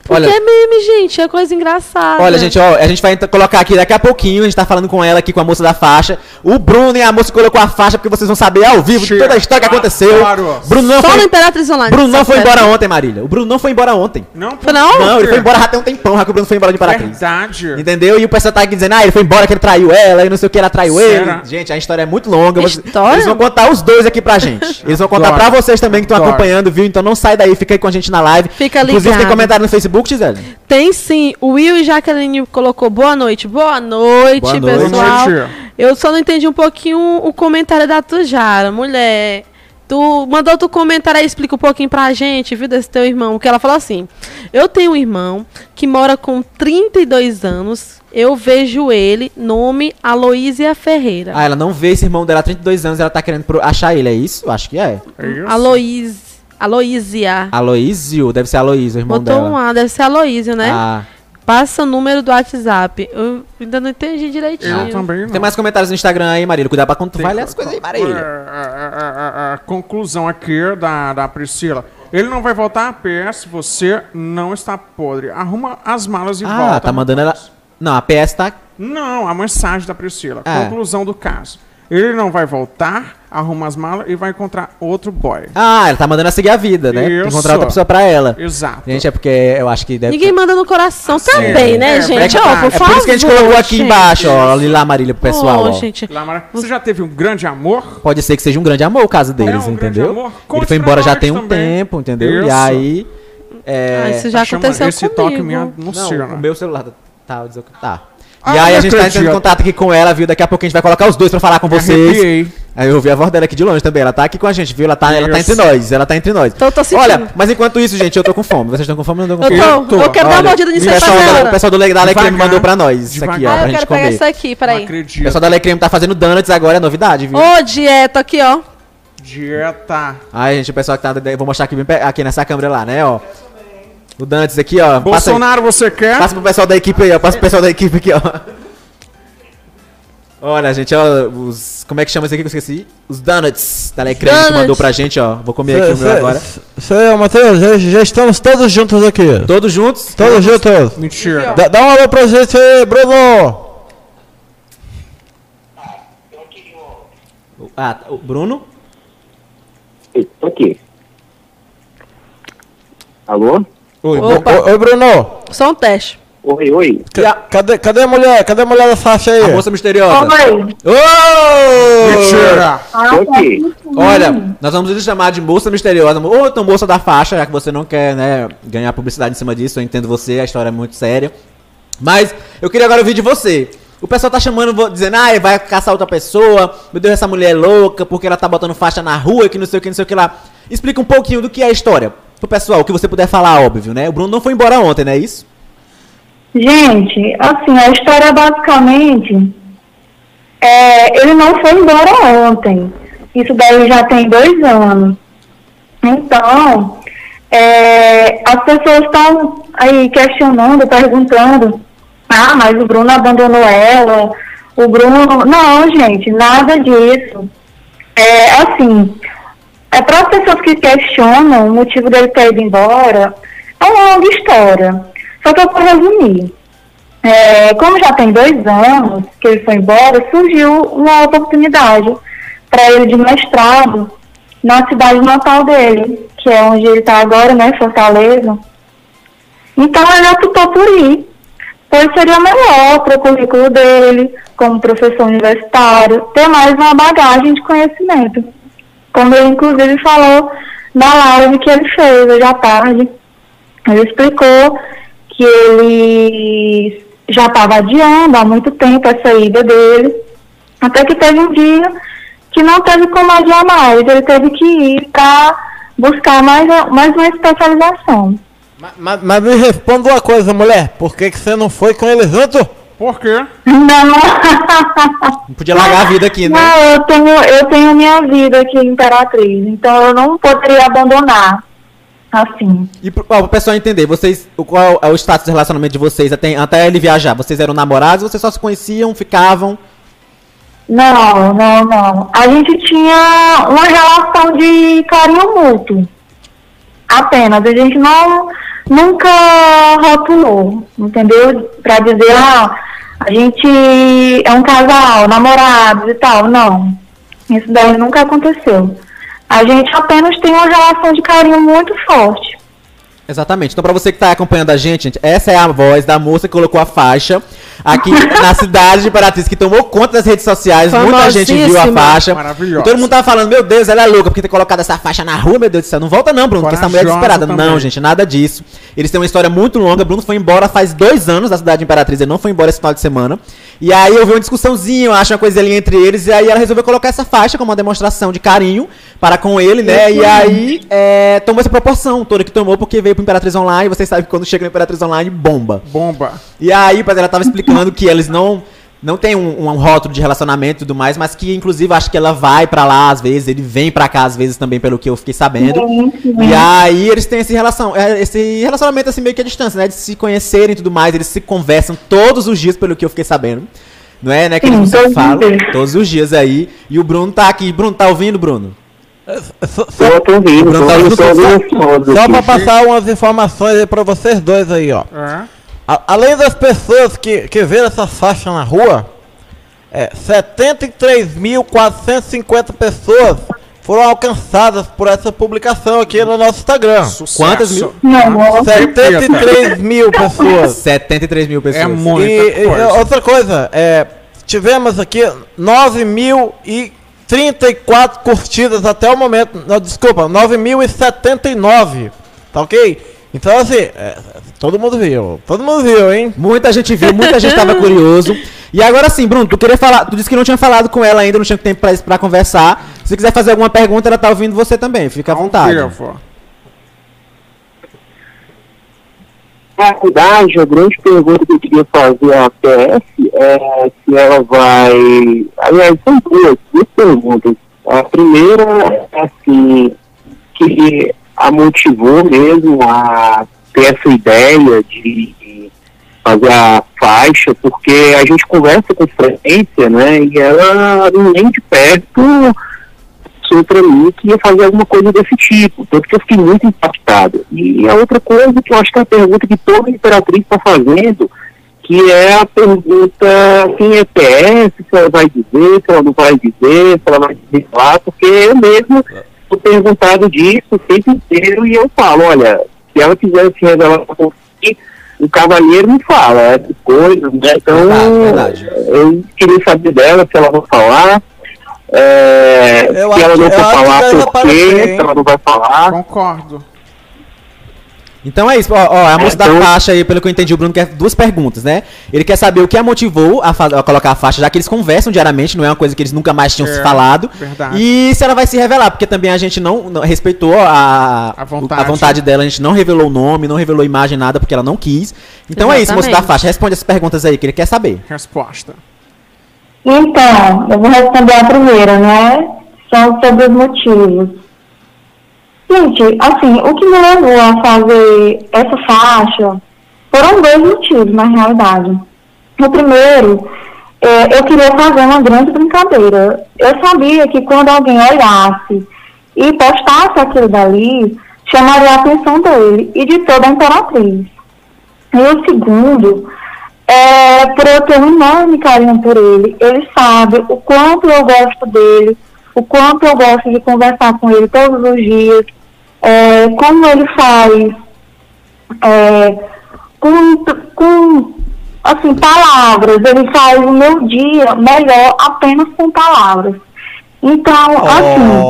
Olha, Porque é meme, gente, é coisa engraçada. olha, gente, ó, a gente vai colocar aqui daqui a pouquinho, a gente tá falando com ela aqui, com a moça da faixa. O Bruno e a moça colocou a faixa, porque vocês vão saber ao vivo de toda a história que aconteceu. Claro. Bruno não Só no foi, Imperatriz Online. Bruno não Só foi festa. embora ontem, Marília. O Bruno não foi embora ontem. Não, Foi não? Não, ele foi embora já tem um tempão, já que o Bruno foi embora de Imperatriz. Verdade. Entendeu? E o pessoal tá aqui dizendo, ah, ele foi embora que ele traiu ela, e não sei o que, ela traiu Será? ele. Gente, a história é muito longa. mas História? Eles vão contar os dois aqui pra gente. Eles vão contar Adoro. pra vocês também que estão Adoro. acompanhando, viu? Então não sai daí, fica aí com a gente na live. Fica Inclusive tem ligado. comentário no Facebook, Gisele? Tem sim. O Will e Jaqueline colocou boa noite. Boa noite, Boa noite. pessoal. Boa noite. Eu só não entendi um pouquinho o comentário da Tujara. Mulher, tu mandou tu comentário aí, explica um pouquinho pra gente, viu, desse teu irmão. Que ela falou assim: eu tenho um irmão que mora com trinta e dois anos. Eu vejo ele, nome Aloísia Ferreira. Ah, ela não vê esse irmão dela há trinta e dois anos, ela tá querendo pro- achar ele, é isso? Acho que é. É isso. Aloís, Aloísia. Aloísio, deve ser Aloísio, o irmão Botou dela. um A, deve ser Aloísio, né? Ah, Passa o número do WhatsApp. Eu ainda não entendi direitinho. Eu também não. tem mais comentários no Instagram aí, Marília. Cuidado pra quando tu Tem vai ler co- as coisas aí, co- Marília. é, A, a- a- a conclusão aqui da, da Priscila. Ele não vai voltar a P S, você não está podre. Arruma as malas e volta. Ah, tá mandando ela... Não, a P S tá... Não, a mensagem da Priscila. Ah. Conclusão do caso. Ele não vai voltar, arruma as malas e vai encontrar outro boy. Ah, ela tá mandando ela seguir a vida, né? Isso. Encontrar outra pessoa pra ela. Exato. Gente, é porque eu acho que deve... Ninguém manda no coração também, né, é, gente? é Ó, por É favor. por isso que a gente colocou aqui gente. embaixo, ó. Ali lá, Marília, pro pessoal, Ô, ó. gente. Lamara, você já teve um grande amor? Pode ser que seja um grande amor o caso deles, um grande entendeu? amor. Ele Conte foi pra embora já nós tem um também. tempo, entendeu? E Isso. aí... É... Ah, isso já Tá chamando- aconteceu esse comigo. toque me Não, anuncia, o né? meu celular tá... tá, desocupado. tá. Ah, E aí não a gente tá entrando em acredito. contato aqui com ela, viu? Daqui a pouco a gente vai colocar os dois pra falar com vocês. Arrepiei. Aí eu ouvi a voz dela aqui de longe também. Ela tá aqui com a gente, viu? Ela tá, ela tá Isso. entre nós. Ela tá entre nós. Então eu tô sentindo. Olha, mas enquanto isso, gente, eu tô com fome. Vocês estão com fome? Eu não tô com Eu fome. tô, Eu eu, tô. quero dar Olha, uma mordida o nisso aí pessoal, pra da, o ela. pessoal do Le- da Alecrim Devagar. mandou pra nós isso aqui, ó, Devagar. Ah, pra eu gente quero pegar comer. isso aqui, Não peraí. O acredito. pessoal da Alecrim tá fazendo donuts agora, é novidade, viu? Ô, dieta, aqui, ó. Dieta. Ai, gente, o pessoal que tá... Vou mostrar aqui, bem pe- aqui nessa câmera lá, né, ó. O donuts aqui, ó. Passa, aí- Bolsonaro, você quer? passa pro pessoal da equipe aí, ó. Passa pro pessoal da equipe aqui, ó. Olha, gente, ó, os... Como é que chama isso aqui que eu esqueci? Os donuts da Alecrim que Donuts. mandou pra gente, ó. Vou comer aqui o meu agora. Isso aí, Matheus, já, já estamos todos juntos aqui. Todos juntos? Todos juntos. Mentira. Dá, dá um alô pra gente aí, Bruno. Ah, o Bruno? Tô aqui. Alô? Oi, Opa. Oi, oi, Bruno. Só um teste. Oi, oi. Ca- Cadê, cadê a mulher? Cadê a mulher da faixa aí? a moça misteriosa. Oi. Ô! Mentira. Tô aqui. Olha, nós vamos lhe chamar de moça misteriosa, ou então moça da faixa, já que você não quer, né, ganhar publicidade em cima disso, eu entendo você, a história é muito séria. Mas eu queria agora ouvir de você. O pessoal tá chamando, vo- dizendo, ah, vai caçar outra pessoa, meu Deus, essa mulher é louca, porque ela tá botando faixa na rua, que não sei o que, não sei o que lá. Explica um pouquinho do que é a história. Pro pessoal, o que você puder falar, óbvio, né? O Bruno não foi embora ontem, não é isso? Gente, assim, a história basicamente é, ele não foi embora ontem. Isso daí já tem dois anos. Então, é, as pessoas estão aí questionando, perguntando, ah, mas o Bruno abandonou ela, o Bruno... Não, gente, nada disso. É assim, é para as pessoas que questionam o motivo dele ter ido embora, é uma longa história. Só que eu vou resumir. É, como já tem dois anos que ele foi embora, surgiu uma oportunidade para ele de mestrado na cidade natal dele, que é onde ele está agora, né, Fortaleza. Então ele optou por ir, pois seria melhor para o currículo dele, como professor universitário, ter mais uma bagagem de conhecimento. Como ele inclusive falou na live que ele fez hoje à tarde, ele explicou que ele já estava adiando há muito tempo essa ida dele, até que teve um dia que não teve como adiar mais, ele teve que ir para buscar mais, mais uma especialização. Mas, mas- mas me responda uma coisa, mulher. Por que, que você não foi com ele junto? Por quê? Não, Não podia largar a vida aqui, né? não, eu tenho, eu tenho minha vida aqui em Imperatriz, então eu não poderia abandonar, assim. E pro, ó, pro pessoal entender, vocês, o, qual é o status de relacionamento de vocês até, até ele viajar? Vocês eram namorados ou vocês só se conheciam, ficavam? Não, não, não. A gente tinha uma relação de carinho mútuo. Apenas. A gente não, nunca rotulou, entendeu? Pra dizer, ah, a gente é um casal, namorados e tal. Não, isso daí nunca aconteceu. A gente apenas tem uma relação de carinho muito forte. Exatamente. Então, pra você que tá acompanhando a gente, gente, essa é a voz da moça que colocou a faixa aqui na cidade de Imperatriz, que tomou conta das redes sociais. Muita gente viu a faixa. Maravilhosa. E todo mundo tava falando, meu Deus, ela é louca, porque ter colocado essa faixa na rua, meu Deus do céu. Não volta não, Bruno, porque essa mulher é desesperada. também. Não, gente, nada disso. Eles têm uma história muito longa. Bruno foi embora faz dois anos da cidade de Imperatriz. Ele não foi embora esse final de semana. E aí eu vi uma discussãozinha, eu acho uma coisa ali entre eles. E aí ela resolveu colocar essa faixa como uma demonstração de carinho para com ele, né? E aí é, tomou essa proporção toda que tomou, porque veio pro Imperatriz Online. Vocês sabem que quando chega no Imperatriz Online, bomba. Bomba. E aí, ela tava explicando que eles não, não tem um, um rótulo de relacionamento e tudo mais, mas que, inclusive, acho que ela vai pra lá às vezes, ele vem pra cá às vezes também, pelo que eu fiquei sabendo. Sim, sim. E aí, eles têm esse, relação, esse relacionamento, assim, meio que à distância, né? De se conhecerem e tudo mais, eles se conversam todos os dias, pelo que eu fiquei sabendo. Não é, né? Que eles não se falam todos os dias aí. E o Bruno tá aqui. Bruno, tá ouvindo, Bruno? Só, Eu tô ouvindo, Bruno tá tô ouvindo ouvindo. só pra passar umas informações aí pra vocês dois aí, ó. É. A- além das pessoas que, que viram essa faixa na rua, é, setenta e três mil quatrocentas e cinquenta pessoas foram alcançadas por essa publicação aqui no nosso Instagram. Sucesso. Quantas mil? Não, setenta e três mil pessoas. setenta e três mil pessoas. É muito. E, Muita e coisa. outra coisa, é, tivemos aqui nove mil e trinta e quatro curtidas até o momento. Não, desculpa, nove mil e setenta e nove. Tá ok? Então assim, é, todo mundo viu. Todo mundo viu, hein? Muita gente viu, muita gente tava curioso. E agora sim, Bruno, tu queria falar, tu disse que não tinha falado com ela ainda, não tinha tempo pra, pra conversar. Se quiser fazer alguma pergunta, ela tá ouvindo você também, fica à vontade. Ao vivo. Na verdade, a grande pergunta que eu queria fazer à P S é se ela vai... Aliás, são duas, duas perguntas. A primeira é assim, que a motivou mesmo a ter essa ideia de fazer a faixa, porque a gente conversa com frequência, né, e ela nem de perto passou pra mim que ia fazer alguma coisa desse tipo, tanto que eu fiquei muito impactado. E a outra coisa que eu acho que é a pergunta que toda imperatriz está fazendo, que é a pergunta quem é P S, se ela vai dizer, se ela não vai dizer, se ela vai dizer lá, porque eu mesmo sou perguntado disso o tempo inteiro e eu falo, olha, se ela quiser se revelar pra conseguir, o cavalheiro não fala essas coisas, né? Então Verdade, verdade. eu queria saber dela se ela vai falar. É, Eu se acho ela não que- eu for acho que falar deve por aparecer, quê, hein? se ela não vai falar. Concordo. Então é isso, ó, ó, a moça da Então- faixa aí, pelo que eu entendi, o Bruno quer duas perguntas, né? Ele quer saber o que a motivou a, fa- a colocar a faixa, já que eles conversam diariamente, não é uma coisa que eles nunca mais tinham É, se falado. verdade. E se ela vai se revelar, porque também a gente não, não- respeitou a, A vontade. a vontade dela, a gente não revelou o nome, não revelou imagem, nada, porque ela não quis. Então é isso, moça da Exatamente. faixa, responde essas perguntas aí, que ele quer saber. Resposta. então, eu vou responder a primeira, né? São sobre os motivos. Gente, assim, o que me levou a fazer essa faixa foram dois motivos, na realidade. O primeiro, é, eu queria fazer uma grande brincadeira. Eu sabia que quando alguém olhasse e postasse aquilo dali, chamaria a atenção dele e de toda a Imperatriz. E o segundo, é, por eu ter um enorme carinho por ele, ele sabe o quanto eu gosto dele, o quanto eu gosto de conversar com ele todos os dias, é, como ele faz, é, com, com, assim, palavras, ele faz o meu dia melhor apenas com palavras. Então, assim,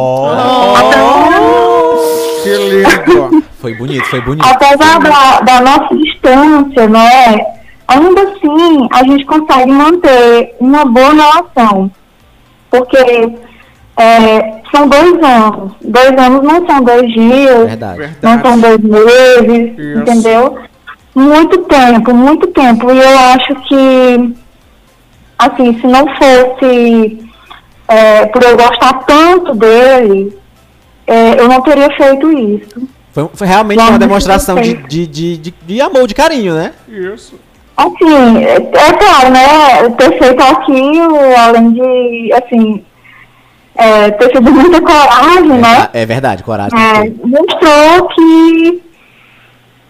Que lindo. Foi bonito, foi bonito. apesar da, da nossa distância, né, ainda assim a gente consegue manter uma boa relação, porque é, são dois anos, dois anos não são dois dias, Verdade. não são dois meses, Isso. entendeu? Muito tempo, muito tempo, e eu acho que, assim, se não fosse é, por eu gostar tanto dele, é, eu não teria feito isso. Foi, foi realmente Vamos uma demonstração de, perfeito. de, de, de, de amor, de carinho, né? Isso. Assim, é, é claro, né, ter feito aquilo, além de, assim, é, ter tido muita coragem, né, É, é verdade, coragem. tem que é, ter. mostrou que,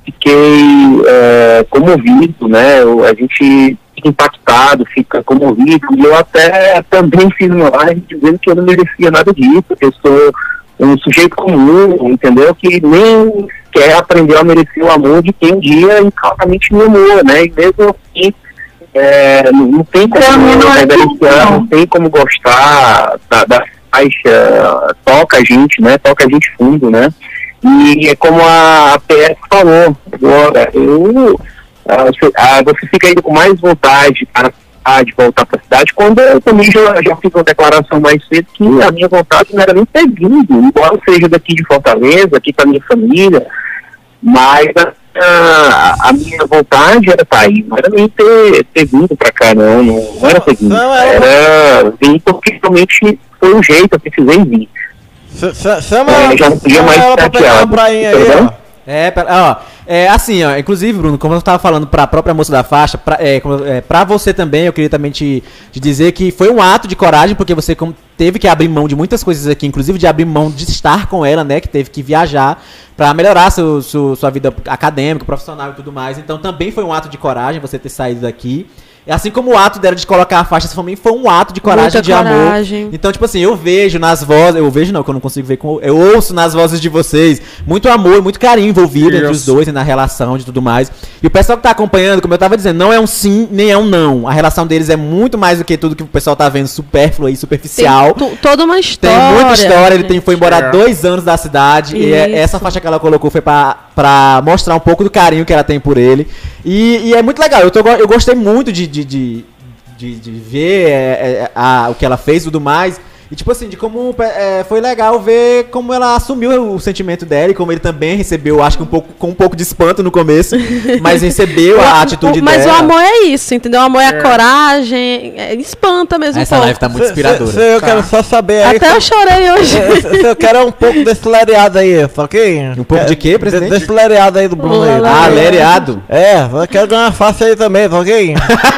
fiquei é, comovido, né? Eu, a gente fica impactado, fica comovido, e eu até também fiz uma live dizendo que eu não merecia nada disso, que eu sou um sujeito comum, entendeu? Que nem quer aprender a merecer o amor de quem um dia claramente me amou, né? E mesmo assim, é, não, não tem como reverenciar, não tem como gostar da, da faixa, toca a gente, né? Toca a gente fundo, né? E é como a, a P S falou agora, eu, a, a, você fica indo com mais vontade para de voltar para a cidade, quando eu também já, já fiz uma declaração mais cedo que a minha vontade não era nem ter vindo, embora eu seja daqui de Fortaleza, aqui para minha família, mas a, a, a minha vontade era estar aí, não era nem ter, ter vindo para cá, não, não, não era ter vindo, era vir porque realmente foi um jeito, eu precisei vir. Chama é, já não podia mais chateado, É, ó, é assim, ó, inclusive, Bruno, como eu tava falando pra própria moça da faixa, pra, é, é, pra você também, eu queria também te, te dizer que foi um ato de coragem, porque você teve que abrir mão de muitas coisas aqui, inclusive de abrir mão de estar com ela, né, que teve que viajar pra melhorar seu, seu, sua vida acadêmica, profissional e tudo mais, então também foi um ato de coragem você ter saído daqui. Assim como o ato dela de colocar a faixa também foi um ato de coragem, muita de coragem. Amor. Então, tipo assim, eu vejo nas vozes, eu vejo não, que eu não consigo ver, com, eu ouço nas vozes de vocês muito amor, muito carinho envolvido Isso. entre os dois e na relação de tudo mais. E o pessoal que tá acompanhando, como eu tava dizendo, não é um sim, nem é um não. A relação deles é muito mais do que tudo que o pessoal tá vendo supérfluo e superficial. Tem toda uma história. Tem muita história, gente. Ele tem, foi embora há dois anos da cidade. Isso. E é, essa faixa que ela colocou foi pra, pra mostrar um pouco do carinho que ela tem por ele. E, e é muito legal, eu, tô, eu gostei muito de... de, de De, de ver é, é, a, o que ela fez e tudo mais. E tipo assim, de como é, foi legal ver como ela assumiu o sentimento dela e como ele também recebeu, acho que um pouco, com um pouco de espanto no começo, mas recebeu a o, atitude o, mas dela. Mas o amor é isso, entendeu? O amor é, é. a coragem, é, espanta mesmo. Essa um live tá muito inspiradora. Se, se, se eu tá. quero só saber aí. Até eu chorei hoje. Se, se eu quero é um pouco desse lereado aí, ok? Um pouco de quê, presidente? Desse lereado aí do Bruno aí. Ah, lereado? É, eu quero ganhar uma faixa aí também, ok?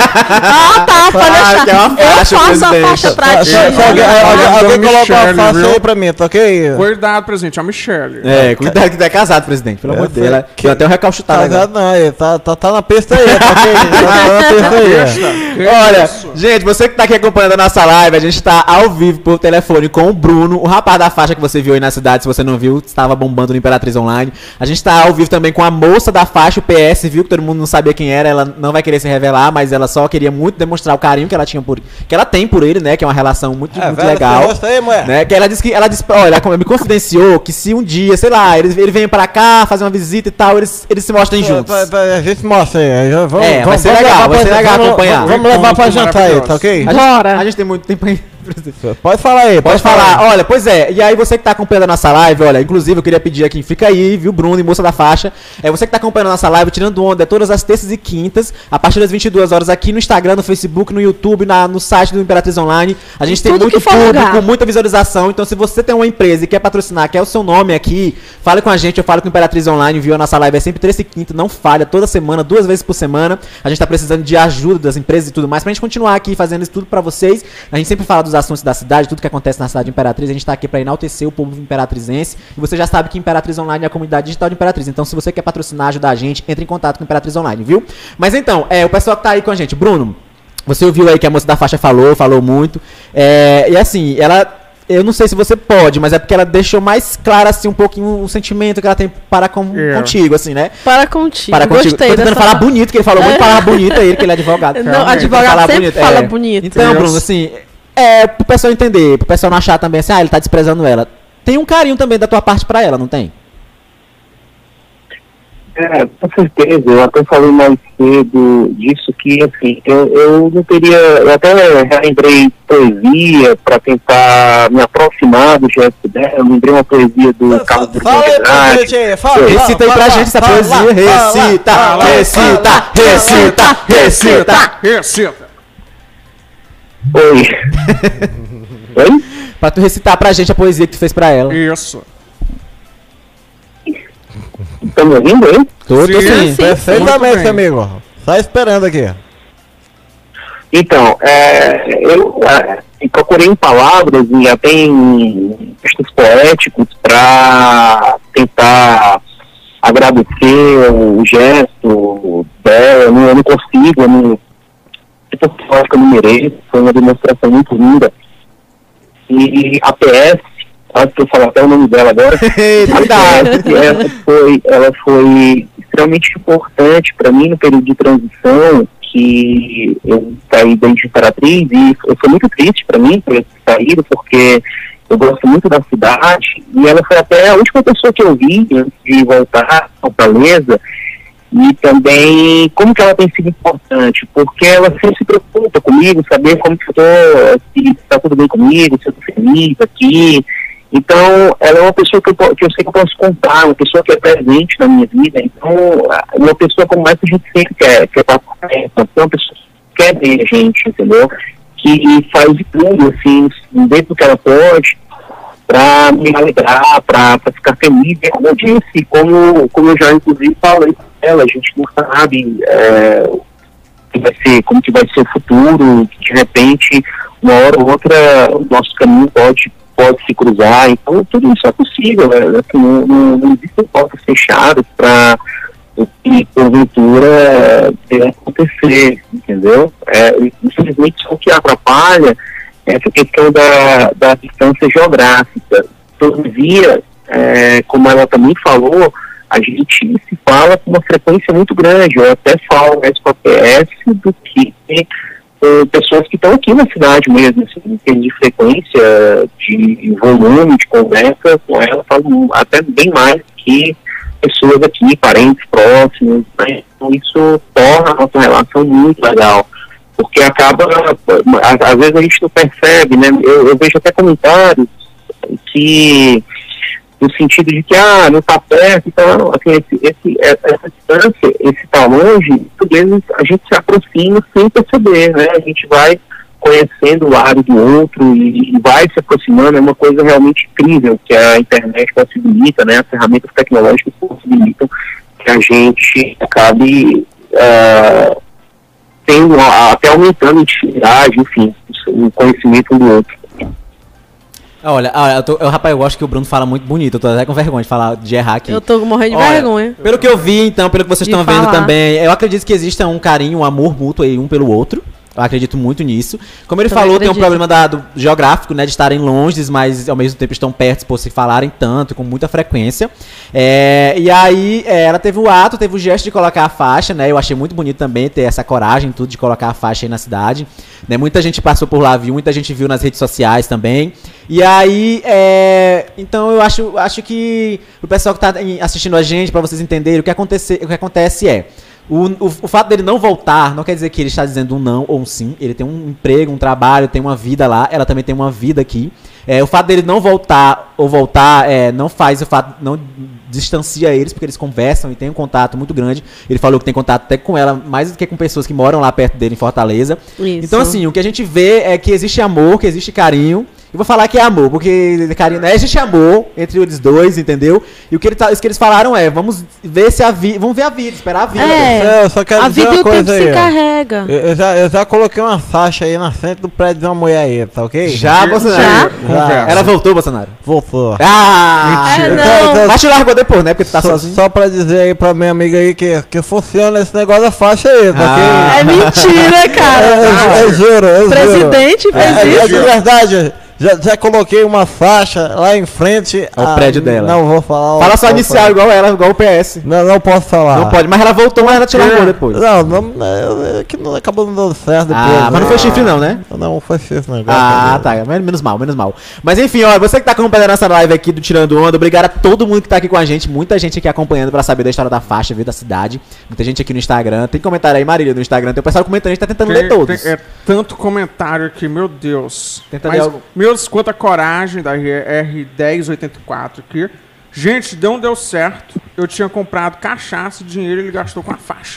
Ah, tá, pode deixar. Ah, é uma faixa, eu faço a faixa pra ti. Alguém colocou uma faixa aí pra mim, tá ok? Cuidado, presidente, a Michelle. É, cuidado que tu é casado, presidente, pelo amor de Deus. Ela deu até um recalchutado. Casado não, ele tá, tá, tá na pista aí, tá ok? Tá na pista aí. Olha, gente, você que tá aqui acompanhando a nossa live, a gente tá ao vivo por telefone com o Bruno, o rapaz da faixa que você viu aí na cidade, se você não viu, estava bombando no Imperatriz Online. A gente tá ao vivo também com a moça da faixa, o P S, viu, que todo mundo não sabia quem era, ela não vai querer se revelar, mas ela só queria muito demonstrar o carinho que ela tinha por que ela tem por ele, né, que é uma relação muito, é, muito velho, legal. Aí, mulher. Né, que ela disse que ela disse, olha, ela me confidenciou que se um dia, sei lá, ele, ele vem pra cá fazer uma visita e tal, eles, eles se mostrem juntos. A gente mostra aí, vamos, é, vai vamos, ser legal, vai ser legal acompanhar. Vamos levar pra jantar aí, tá ok? Bora! A gente tem muito tempo aí. Pode falar aí, pode, pode falar. falar. Olha, pois é, e aí você que tá acompanhando a nossa live, olha, inclusive eu queria pedir aqui, fica aí, viu, Bruno e moça da faixa, é você que tá acompanhando a nossa live, tirando onda, é todas as terças e quintas, a partir das vinte e duas horas aqui no Instagram, no Facebook, no YouTube, na, no site do Imperatriz Online, a gente e tem muito público, muita visualização, então se você tem uma empresa e quer patrocinar, quer o seu nome aqui, fale com a gente, eu falo com o Imperatriz Online, viu, a nossa live é sempre terça e quinta, não falha, toda semana, duas vezes por semana, a gente tá precisando de ajuda das empresas e tudo mais, pra gente continuar aqui fazendo isso tudo pra vocês, a gente sempre fala dos assuntos da cidade, tudo que acontece na cidade de Imperatriz, a gente tá aqui para enaltecer o povo imperatrizense, e você já sabe que Imperatriz Online é a comunidade digital de Imperatriz, então se você quer patrocinar, ajudar a gente, entre em contato com Imperatriz Online, viu? Mas então, é, o pessoal que tá aí com a gente, Bruno, você ouviu aí que a moça da faixa falou, falou muito, é, e assim, ela, eu não sei se você pode, mas é porque ela deixou mais claro, assim, um pouquinho o sentimento que ela tem para com, yeah. contigo, assim, né? Para contigo, para contigo. Gostei Tô tentando dessa... falar bonito, que ele falou muito palavra bonita, ele, que ele é advogado. Não, advogado falar sempre bonito. fala é. bonito. Então, Bruno, assim... É, pro pessoal entender, pro pessoal não achar também assim, ah, ele tá desprezando ela. Tem um carinho também da tua parte pra ela, não tem? É, com certeza. Eu até falei mais cedo disso que, assim, eu, eu não teria... Eu até relembrei poesia pra tentar me aproximar do gesto dela. Eu lembrei uma poesia do Carlos Drummond. Fala aí pra gente aí, fala. Recita aí pra gente essa poesia. Recita, recita, recita, recita, recita. Oi. Oi? Pra tu recitar pra gente a poesia que tu fez pra ela. Isso. Tá me ouvindo aí? Tô, tô sim. Perfeitamente, amigo. Só esperando aqui. Então, é, eu é, procurei em palavras e até em textos poéticos pra tentar agradecer o gesto dela, eu não, eu não consigo, eu não, eu acho que eu não mereço, foi uma demonstração muito linda. E a P S, quase que eu falo até o nome dela agora, a P S, ela foi, ela foi extremamente importante para mim no período de transição, que eu saí da Imperatriz, e foi muito triste para mim ter saído, porque eu gosto muito da cidade, e ela foi até a última pessoa que eu vi antes de voltar a Fortaleza. E também como que ela tem sido importante, porque ela sempre se preocupa comigo, saber como que eu tô, se está tudo bem comigo, se eu estou feliz aqui. Então, ela é uma pessoa que eu, que eu sei que eu posso contar, uma pessoa que é presente na minha vida. Então, uma pessoa como essa a gente sempre quer, quer passar perto, uma pessoa que quer ver a gente, entendeu? Que faz de tudo, assim, dentro do que ela pode, para me alegrar, para ficar feliz. E como eu disse, como, como eu já inclusive falei com ela, a gente não sabe é, que vai ser, como que vai ser o futuro, que de repente, uma hora ou outra, o nosso caminho pode pode se cruzar, então tudo isso é possível, né? Assim, não, não, não existem portas fechadas para o que porventura deve acontecer, entendeu? É, infelizmente, o que atrapalha é essa questão da, da distância geográfica. Todavia, é, como ela também falou, a gente se fala com uma frequência muito grande, eu até falo mais com a P S do que pessoas que estão aqui na cidade mesmo, assim, em termos de frequência, de volume, de conversa com ela, falo até bem mais que pessoas aqui, parentes próximos, né? Então isso torna a nossa relação muito legal, porque acaba, às vezes a gente não percebe, né? Eu, eu vejo até comentários que, no sentido de que, ah, não está perto, então, assim, esse, esse, essa distância, esse tá longe, às vezes a gente se aproxima sem perceber, né? A gente vai conhecendo o lado do outro e, e vai se aproximando, é uma coisa realmente incrível que a internet possibilita, né? As ferramentas tecnológicas possibilitam que a gente acabe uh, tendo, até aumentando a intimidade, enfim, o conhecimento um do outro. Olha, olha eu, tô, eu, rapaz, eu acho que o Bruno fala muito bonito. Eu tô até com vergonha de falar, de errar aqui. Eu tô morrendo de olha, vergonha. Pelo que eu vi, então, pelo que vocês estão vendo também, eu acredito que exista um carinho, um amor mútuo aí, um pelo outro. Eu acredito muito nisso. Como ele Também falou, acredito. tem um problema da, do geográfico, né? De estarem longe, mas ao mesmo tempo estão perto por se falarem tanto, com muita frequência. É, e aí, é, ela teve o ato, teve o gesto de colocar a faixa, né? Eu achei muito bonito também ter essa coragem, tudo, de colocar a faixa aí na cidade. Né? Muita gente passou por lá, viu? Muita gente viu nas redes sociais também. E aí, é, então eu acho, acho que o pessoal que tá assistindo a gente, pra vocês entenderem, o que, acontece, o que acontece é... O, o, o fato dele não voltar não quer dizer que ele está dizendo um não ou um sim. Ele tem um emprego, um trabalho, tem uma vida lá. Ela também tem uma vida aqui. É, o fato dele não voltar ou voltar é, não faz o fato, não distancia eles, porque eles conversam e tem um contato muito grande. Ele falou que tem contato até com ela, mais do que com pessoas que moram lá perto dele em Fortaleza. Isso. Então assim, o que a gente vê é que existe amor, que existe carinho. Eu vou falar que é amor, porque carinho, né? Existe amor entre eles dois, entendeu? E o que, ele tá, o que eles falaram é, vamos ver se a vida, vamos ver a vida, esperar a vida. É, eu só quero a dizer vida e uma o tempo coisa aí, se ó. carrega. Eu, eu já, eu já coloquei uma faixa aí na frente do prédio de uma mulher aí, tá ok? Já, Bolsonaro? Conversa. Ela voltou, Bolsonaro? Voltou. Ah! É, Então, não. então, Mas te largou depois, né? Porque tu tá só, sozinho. só pra dizer aí pra minha amiga aí que, que funciona esse negócio da faixa aí, tá Ah. ok? É mentira, cara. Eu, eu, eu juro, eu juro. Presidente fez É, é isso. de verdade. Já, já coloquei uma faixa lá em frente Ao a- prédio dela. Não vou falar. Fala só vou inicial, falar. igual ela, igual o P S. Não, não posso falar. Não pode, mas ela voltou, mas ela te largou depois. Não, não, é, é que não acabou não dando certo depois. Ah, mas não foi né? chifre não, né? Não, foi chifre negócio. Ah, tá. Menos mal, menos mal. Mas enfim, ó, você que tá acompanhando essa live aqui do Tirando Onda, obrigado a todo mundo que tá aqui com a gente. Muita gente aqui acompanhando pra saber da história da faixa, viu, da cidade. Muita gente aqui no Instagram. Tem comentário aí, Marília, no Instagram. Tem o pessoal comentando, a gente tá tentando ler todos. Tem- é tanto comentário aqui, meu Deus. Tenta Mas, ler algo. meus, quanta coragem da R dez oitenta e quatro aqui. Gente, não deu certo. Eu tinha comprado cachaça e dinheiro e ele gastou com a faixa.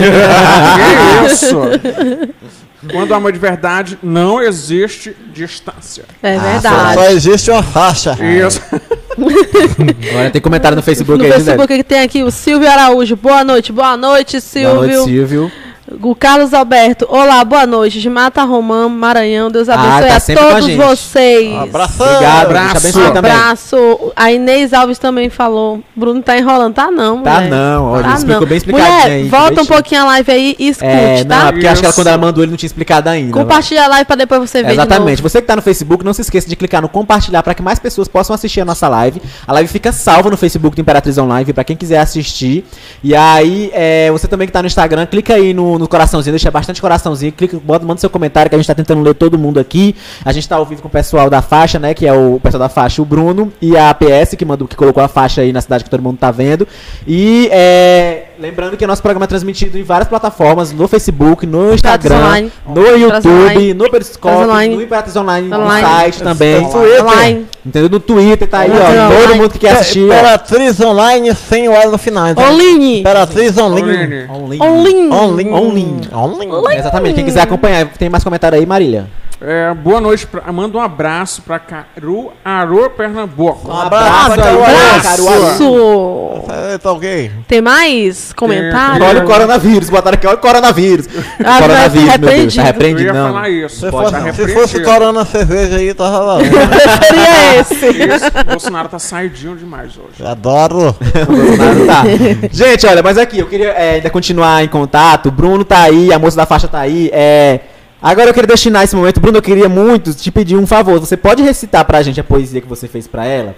Que isso? Quando há amor de verdade, não existe distância. É Só, verdade. só existe uma faixa. Isso. Agora tem comentário no Facebook No aí, Facebook que tem aqui o Silvio Araújo. Boa noite, boa noite, Silvio. Boa noite, Silvio. O Carlos Alberto, olá, boa noite. De Mata Romã, Maranhão, Deus abençoe Ah, tá a sempre com a todos gente. vocês. Um abraço. Obrigado, Abraço. Deus te abençoe também. Abraço. A Inês Alves também falou. Bruno tá enrolando. Tá não, Tá mulher. não, olha, Tá explicou não. bem explicadinho Mulher, aí, volta um direitinho. pouquinho a live aí e escute, É, não, tá? é porque acho que ela, Isso. quando ela mandou ele não tinha explicado ainda. Compartilha a live pra depois você ver de Exatamente. novo. Você que tá no Facebook, não se esqueça de clicar no compartilhar para que mais pessoas possam assistir a nossa live. A live fica salva no Facebook do Imperatriz Online para quem quiser assistir. E aí, é, você também que tá no Instagram, clica aí no, no coraçãozinho, deixa bastante coraçãozinho, clica, bota, manda seu comentário que a gente tá tentando ler todo mundo aqui. A gente tá ao vivo com o pessoal da faixa, né, que é o pessoal da faixa, o Bruno e a P S que mandou, que colocou a faixa aí na cidade que todo mundo tá vendo. E é, lembrando que o nosso programa é transmitido em várias plataformas, no Facebook, no Instagram, Online. no Imperatriz YouTube, Online. no Periscope, Online. no Imperatriz Online, Online. no site também. No Twitter. Online. Entendeu? No Twitter tá aí, Imperatriz ó. Todo Online. mundo que quer assistir. ó. Imperatriz Online sem o L no final. então. Oline. Imperatriz Online. Oline. Online. Oline. Online. Online. Online. Exatamente. Quem quiser acompanhar, tem mais comentário aí, Marília. É, boa noite, pra, manda um abraço pra Caruaru, Pernambuco. Um abraço aí, aí, Caruaru. Isso. É, tá ok. Tem mais comentário? Olha o coronavírus. Botaram aqui, olha o coronavírus. Ah, coronavírus, vai ser meu Deus. Tá Eu repreendido, ia não. falar isso. Se Pode fosse, tá se fosse repreendido. Corona cerveja aí, tava lá. Seria esse. Isso, Bolsonaro tá saidinho demais hoje. Adoro. Bolsonaro tá. Gente, olha, mas aqui, eu queria é, ainda continuar em contato. O Bruno tá aí, a moça da faixa tá aí. É... Agora eu queria destinar esse momento. Bruno, eu queria muito te pedir um favor. Você pode recitar pra gente a poesia que você fez pra ela?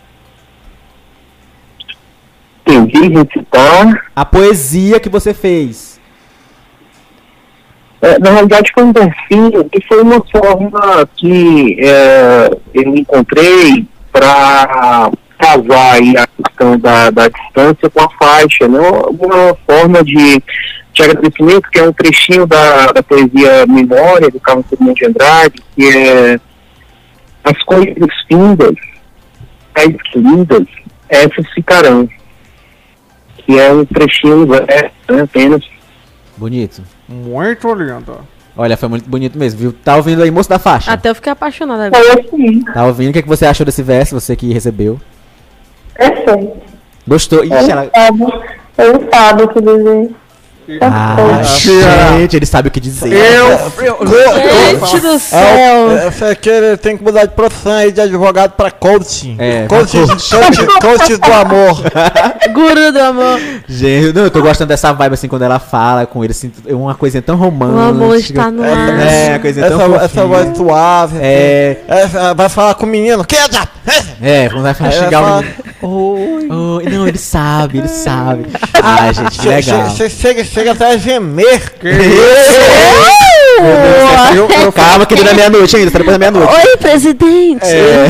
Entendi, recitar. A poesia que você fez. É, na realidade foi um versinho que foi uma forma que é, eu encontrei para casar aí a questão da, da distância com a faixa, né? Uma forma de, de agradecimento, que é um trechinho da, da poesia Memória, do Carlos Fernando de Andrade, que é: as coisas findas, as lindas, essas ficarão. Que é um trechinho, é, né, apenas. Bonito. Muito lindo. Olha, foi muito bonito mesmo, viu? Tá ouvindo aí, moço da faixa? Até eu fiquei apaixonada agora. Foi assim. Tá ouvindo? O que, é que você achou desse verso, você que recebeu? Perfeito. Gostou? Ixi, ela... Eu sabe o que dizer. Ah, Tia. gente, ele sabe o que dizer. Eu, Gente do É, céu. o- esse aqui ele tem que mudar de profissão aí de advogado pra coaching. É, coaching, coaching, coaching do amor. Guru do amor. Gente, não, eu tô gostando dessa vibe assim quando ela fala com ele, assim, é uma coisinha tão romântica. O amor está no ar. É, uma coisinha tão Essa, fofinha. essa voz suave. É. Essa- vai falar com o menino. Que é, já? É, quando vai falar, Aí vai chegar falar, o menino. Oi. Oi. Não, ele sabe, ele sabe. Ai, gente, que Che- legal. che- che- Chega, chega até a gemer. que isso? Eu- eu- Calma que dura meia-noite ainda, tá depois da meia-noite. Oi, presidente. É.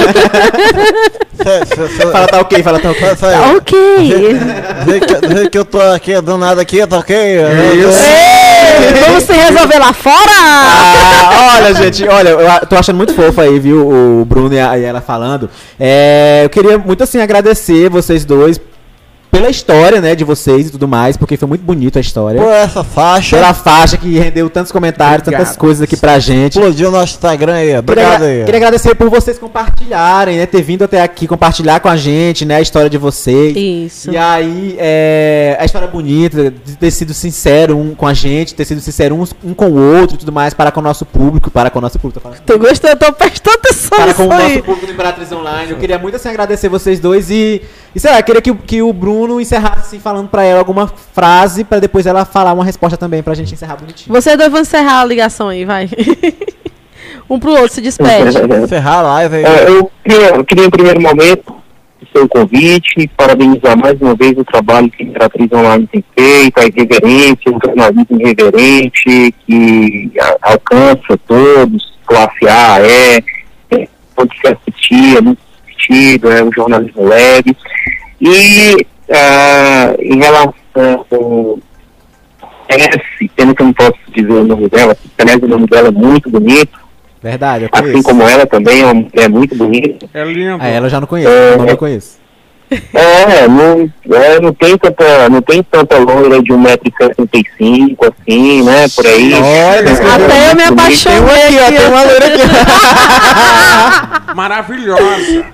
Cê- cê- cê- Fala tá ok, fala tá ok. Fala isso aí. Tá ok. Do jeito que- do jeito que eu tô aqui, do nada aqui, tá ok? isso? Ei, vamos se resolver lá fora? Ah, olha, gente, olha, eu a- tô achando muito fofo aí, viu, o Bruno e, a- e ela falando. É, eu queria muito, assim, agradecer vocês dois pela história, né, de vocês e tudo mais, porque foi muito bonito a história. Por essa faixa. Pela faixa que rendeu tantos comentários, Obrigado. tantas coisas aqui pra gente. Explodiu o nosso Instagram aí. Obrigado Queria, aí. queria agradecer por vocês compartilharem, né? Ter vindo até aqui compartilhar com a gente, né? A história de vocês. Isso. E aí, é, a história bonita, de ter sido sincero um com a gente, ter sido sincero um, um com o outro e tudo mais, para com o nosso público, para com o nosso público. Tô falando. Tu gostou? Eu tô prestando atenção Para nisso com o nosso aí. público do Imperatriz Online. Eu queria muito assim agradecer vocês dois e, e sei lá, eu queria que, o- que o Bruno encerrasse assim, falando pra ela alguma frase, pra depois ela falar uma resposta também, pra gente encerrar bonitinho. Vocês dois vão encerrar a ligação aí, vai. Um pro outro, se despede. Encerrar a live aí. É, eu, queria, eu queria, em primeiro momento, o seu convite, parabenizar mais uma vez o trabalho que a Imperatriz Online tem feito, a irreverência, o jornalismo irreverente, que a- alcança todos, classe A, E, é, pode se assistir, é muito assistido, é um jornalismo leve. E ah, em relação ao S, pena que eu não posso dizer o nome dela, aliás, o nome dela é muito bonito, Verdade, eu assim conheço. como ela também é uma mulher muito bonita. É lindo. Ah, ela eu já não conheço, o nome eu conheço. É, não, é, não tem tanta, não tem tanta loira de um metro e sessenta e cinco, assim, né, por aí. Olha, É, Até eu me muito bonita. apaixonei aqui. Tem uma loira aqui. Maravilhosa.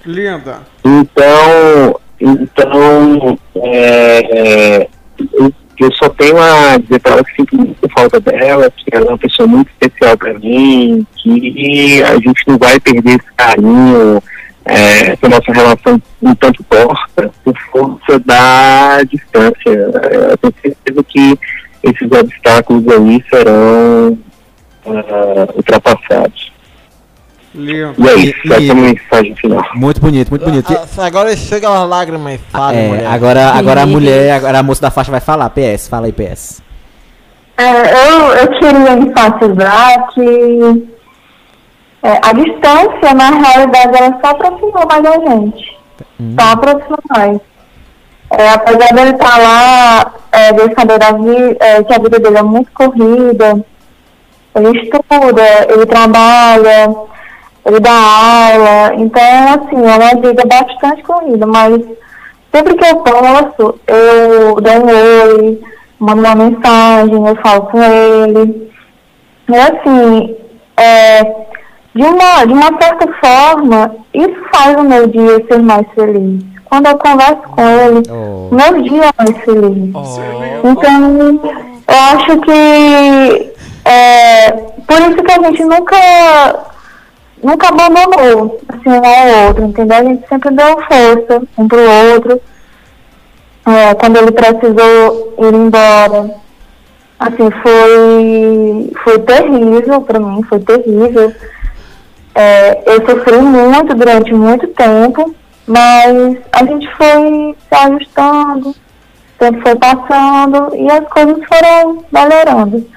Linda. Então, então é, é, eu que eu só tenho a dizer para ela que sinto muito falta dela, que ela é uma pessoa muito especial para mim, que a gente não vai perder esse carinho, é, essa nossa relação um tanto torta, por força da distância. Eu tenho certeza que esses obstáculos aí serão uh, ultrapassados. Lindo. E é isso, E- essa é a e- minha mensagem final. Muito bonito, muito bonito. Ah, agora chega as lágrimas e fala, É, mulher. agora, agora a mulher, agora a moça da faixa vai falar. P S, fala aí, P S. É, eu, eu queria enfatizar que é, a distância, na realidade, ela só aproximou mais a gente. Só aproximou mais. É, apesar dele estar lá, é, dele saber da vi- é, que a vida dele é muito corrida, ele estuda, ele trabalha, ele dá aula, então, assim, é uma vida bastante corrida, mas sempre que eu posso, eu dou um oi, mando uma mensagem, eu falo com ele. E assim, é, de, uma, de uma certa forma, isso faz o meu dia ser mais feliz. Quando eu converso com ele, Oh. meu dia é mais feliz. Então, eu acho que é, por isso que a gente nunca, nunca abandonou assim, um ao outro, entendeu? A gente sempre deu força um pro outro. É, quando ele precisou ir embora, assim, foi, foi terrível pra mim, foi terrível. É, eu sofri muito durante muito tempo, mas a gente foi se ajustando, o tempo foi passando e as coisas foram melhorando.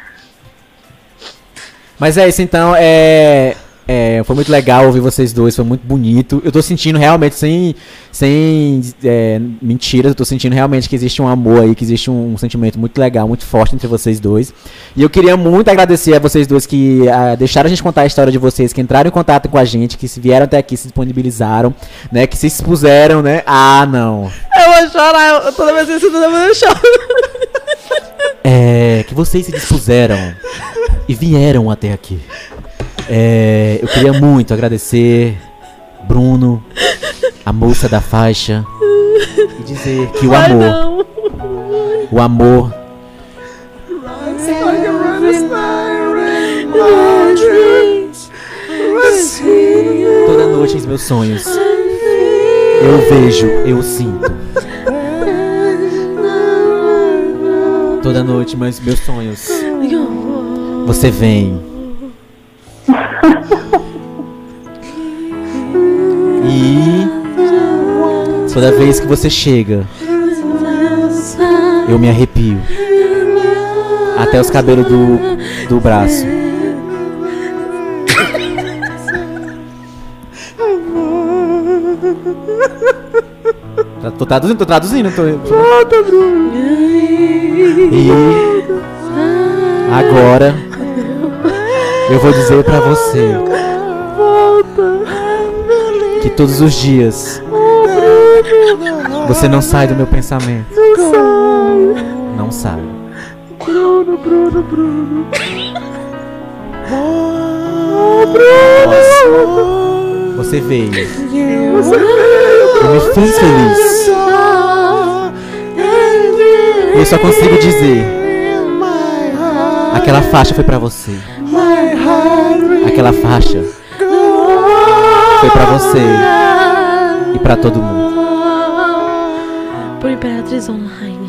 Mas é isso, então, é, é, foi muito legal ouvir vocês dois, foi muito bonito. Eu tô sentindo realmente, sem, sem é, mentiras, eu tô sentindo realmente que existe um amor aí, que existe um, um sentimento muito legal, muito forte entre vocês dois. E eu queria muito agradecer a vocês dois que ah, deixaram a gente contar a história de vocês, que entraram em contato com a gente, que se vieram até aqui, se disponibilizaram, né, que se expuseram, né? Ah, não. Eu vou chorar, eu, toda vez que eu toda vez eu choro. É, que vocês se dispuseram e vieram até aqui. É, eu queria muito agradecer Bruno, a moça da faixa, e dizer que o Ai, amor, não. o amor toda noite em meus sonhos eu vejo, eu sinto. Toda noite, mas meus sonhos você vem. E toda vez que você chega, eu me arrepio até os cabelos do, do braço. Tá- Tô traduzindo, tô traduzindo. Tô... E agora eu vou dizer pra você que todos os dias você não sai do meu pensamento. Não sai. Bruno, Bruno, Bruno. Nossa, você veio. E me fez feliz. Eu só consigo dizer: aquela faixa foi pra você. Aquela faixa foi pra você e pra todo mundo. Por Imperatriz Online.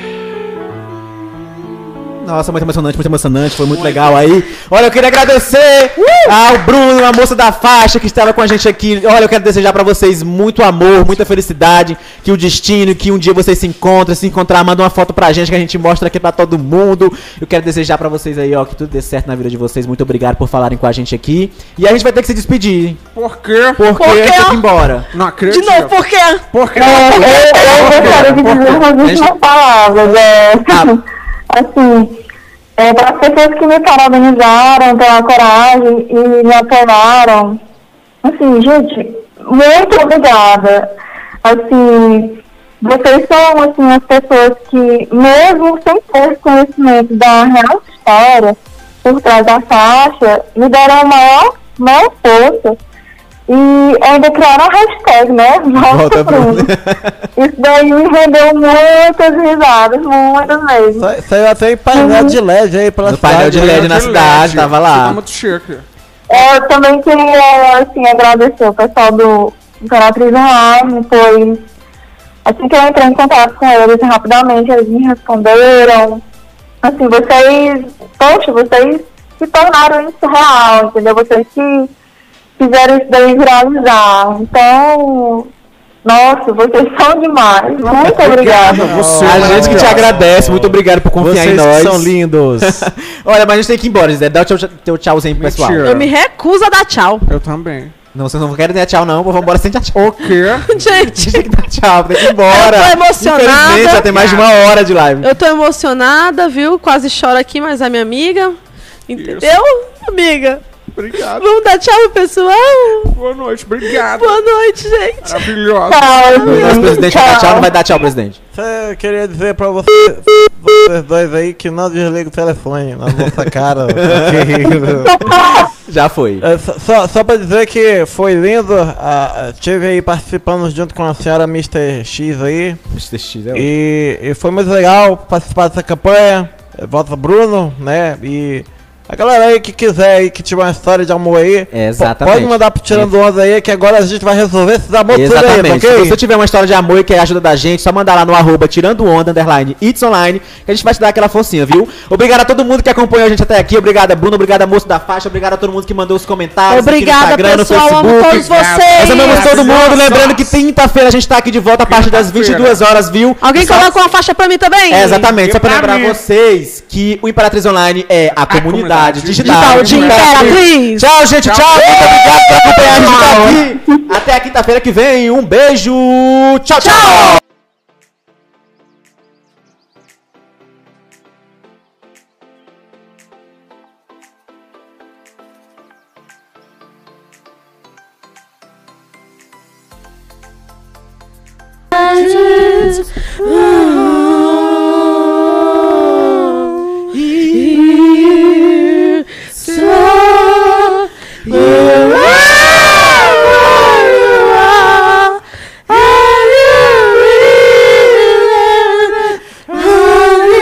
Nossa, muito emocionante, muito emocionante, foi muito legal aí. Olha, eu queria agradecer ao Bruno, a moça da faixa que estava com a gente aqui. Olha, eu quero desejar pra vocês muito amor, muita felicidade, que o destino, que um dia vocês se encontrem, se encontrar, manda uma foto pra gente que a gente mostra aqui pra todo mundo. Eu quero desejar pra vocês aí, ó, que tudo dê certo na vida de vocês. Muito obrigado por falarem com a gente aqui. E a gente vai ter que se despedir, Por quê? porque Por quê? a gente tem que ir embora. Não De acredito. novo, por quê? Por quê? É, eu, eu gostaria de dizer umas Gente- últimas palavras. É, assim, é, para as pessoas que me parabenizaram pela coragem e me apoiaram, assim, gente, muito obrigada. Assim, vocês são, assim, as pessoas que, mesmo sem ter conhecimento da real história por trás da faixa, me deram a maior, maior força. E ainda criaram a hashtag, né? Volta, Volta Bruno. Bruno. Isso daí me rendeu muitas risadas, muitas mesmo. Sa- Saiu até em painel de L E D aí pela No painel de cidade, L E D né? na cidade, tava lá. Tá muito chique. É, eu também queria, assim, agradecer o pessoal do Imperatriz Online, pois assim que eu entrei em contato com eles, rapidamente eles me responderam. Assim, vocês, poxa, vocês se tornaram isso real, entendeu? Vocês que fizeram isso daí viralizar. Então, nossa, vocês são demais. Muito obrigada. Você, A gente que te agradece, muito obrigado por confiar Vocês em nós. que são lindos. Olha, mas a gente tem que ir embora, Zé. Dá o teu, teu tchauzinho pro pessoal. Mentira. Eu me recuso a dar tchau. Eu também. Não, vocês não querem dar tchau, não. Vamos embora sem dar tchau. O quê? A Gente, gente tem que dar tchau, tem que ir embora. Eu tô emocionada. Infelizmente, já tem mais de uma hora de live. eu tô emocionada, viu? Quase choro aqui, mas a minha amiga. Entendeu? Amiga. Obrigado. Vamos dar tchau pro pessoal? Boa noite. Obrigado. Boa noite, gente. Maravilhosa. Tchau, O nosso gente. presidente vai dar tchau, não vai dar tchau, presidente. Eu queria dizer pra você, vocês dois aí que não desliga o telefone na nossa cara. porque- Já foi. É, só- só, só pra dizer que foi lindo, ah, tive aí participando junto com a senhora mister X aí, mister X, é e, e foi muito legal participar dessa campanha. É, Volta Bruno, né? E a galera aí que quiser aí, que tiver uma história de amor aí, É, exatamente. pode mandar pro Tirando Onda aí, que agora a gente vai resolver esses amor tudo aí, tá Exatamente. ok? Se você tiver uma história de amor e quer ajuda da gente, só mandar lá no arroba tirando onda, underline, it's online, que a gente vai te dar aquela forcinha, viu? Obrigado a todo mundo que acompanhou a gente até aqui. Obrigado a Bruno, obrigado a moço da faixa, obrigado a todo mundo que mandou os comentários Obrigada, aqui no Instagram, pessoal. no Amo Facebook. todos vocês. Nós amamos todo mundo. Nossa. Lembrando que quinta-feira a gente tá aqui de volta a partir das vinte e duas horas, viu? Alguém Só- coloca uma faixa pra mim também? É, exatamente. Só Eu pra pra lembrar mim. vocês que o Imperatriz Online é a, comunidade comunidade digital, digital de Imperatriz. Tchau, gente. Tchau. Muito obrigado por acompanhar a gente até aqui. Até a quinta-feira que vem. Um beijo. Tchau, tchau.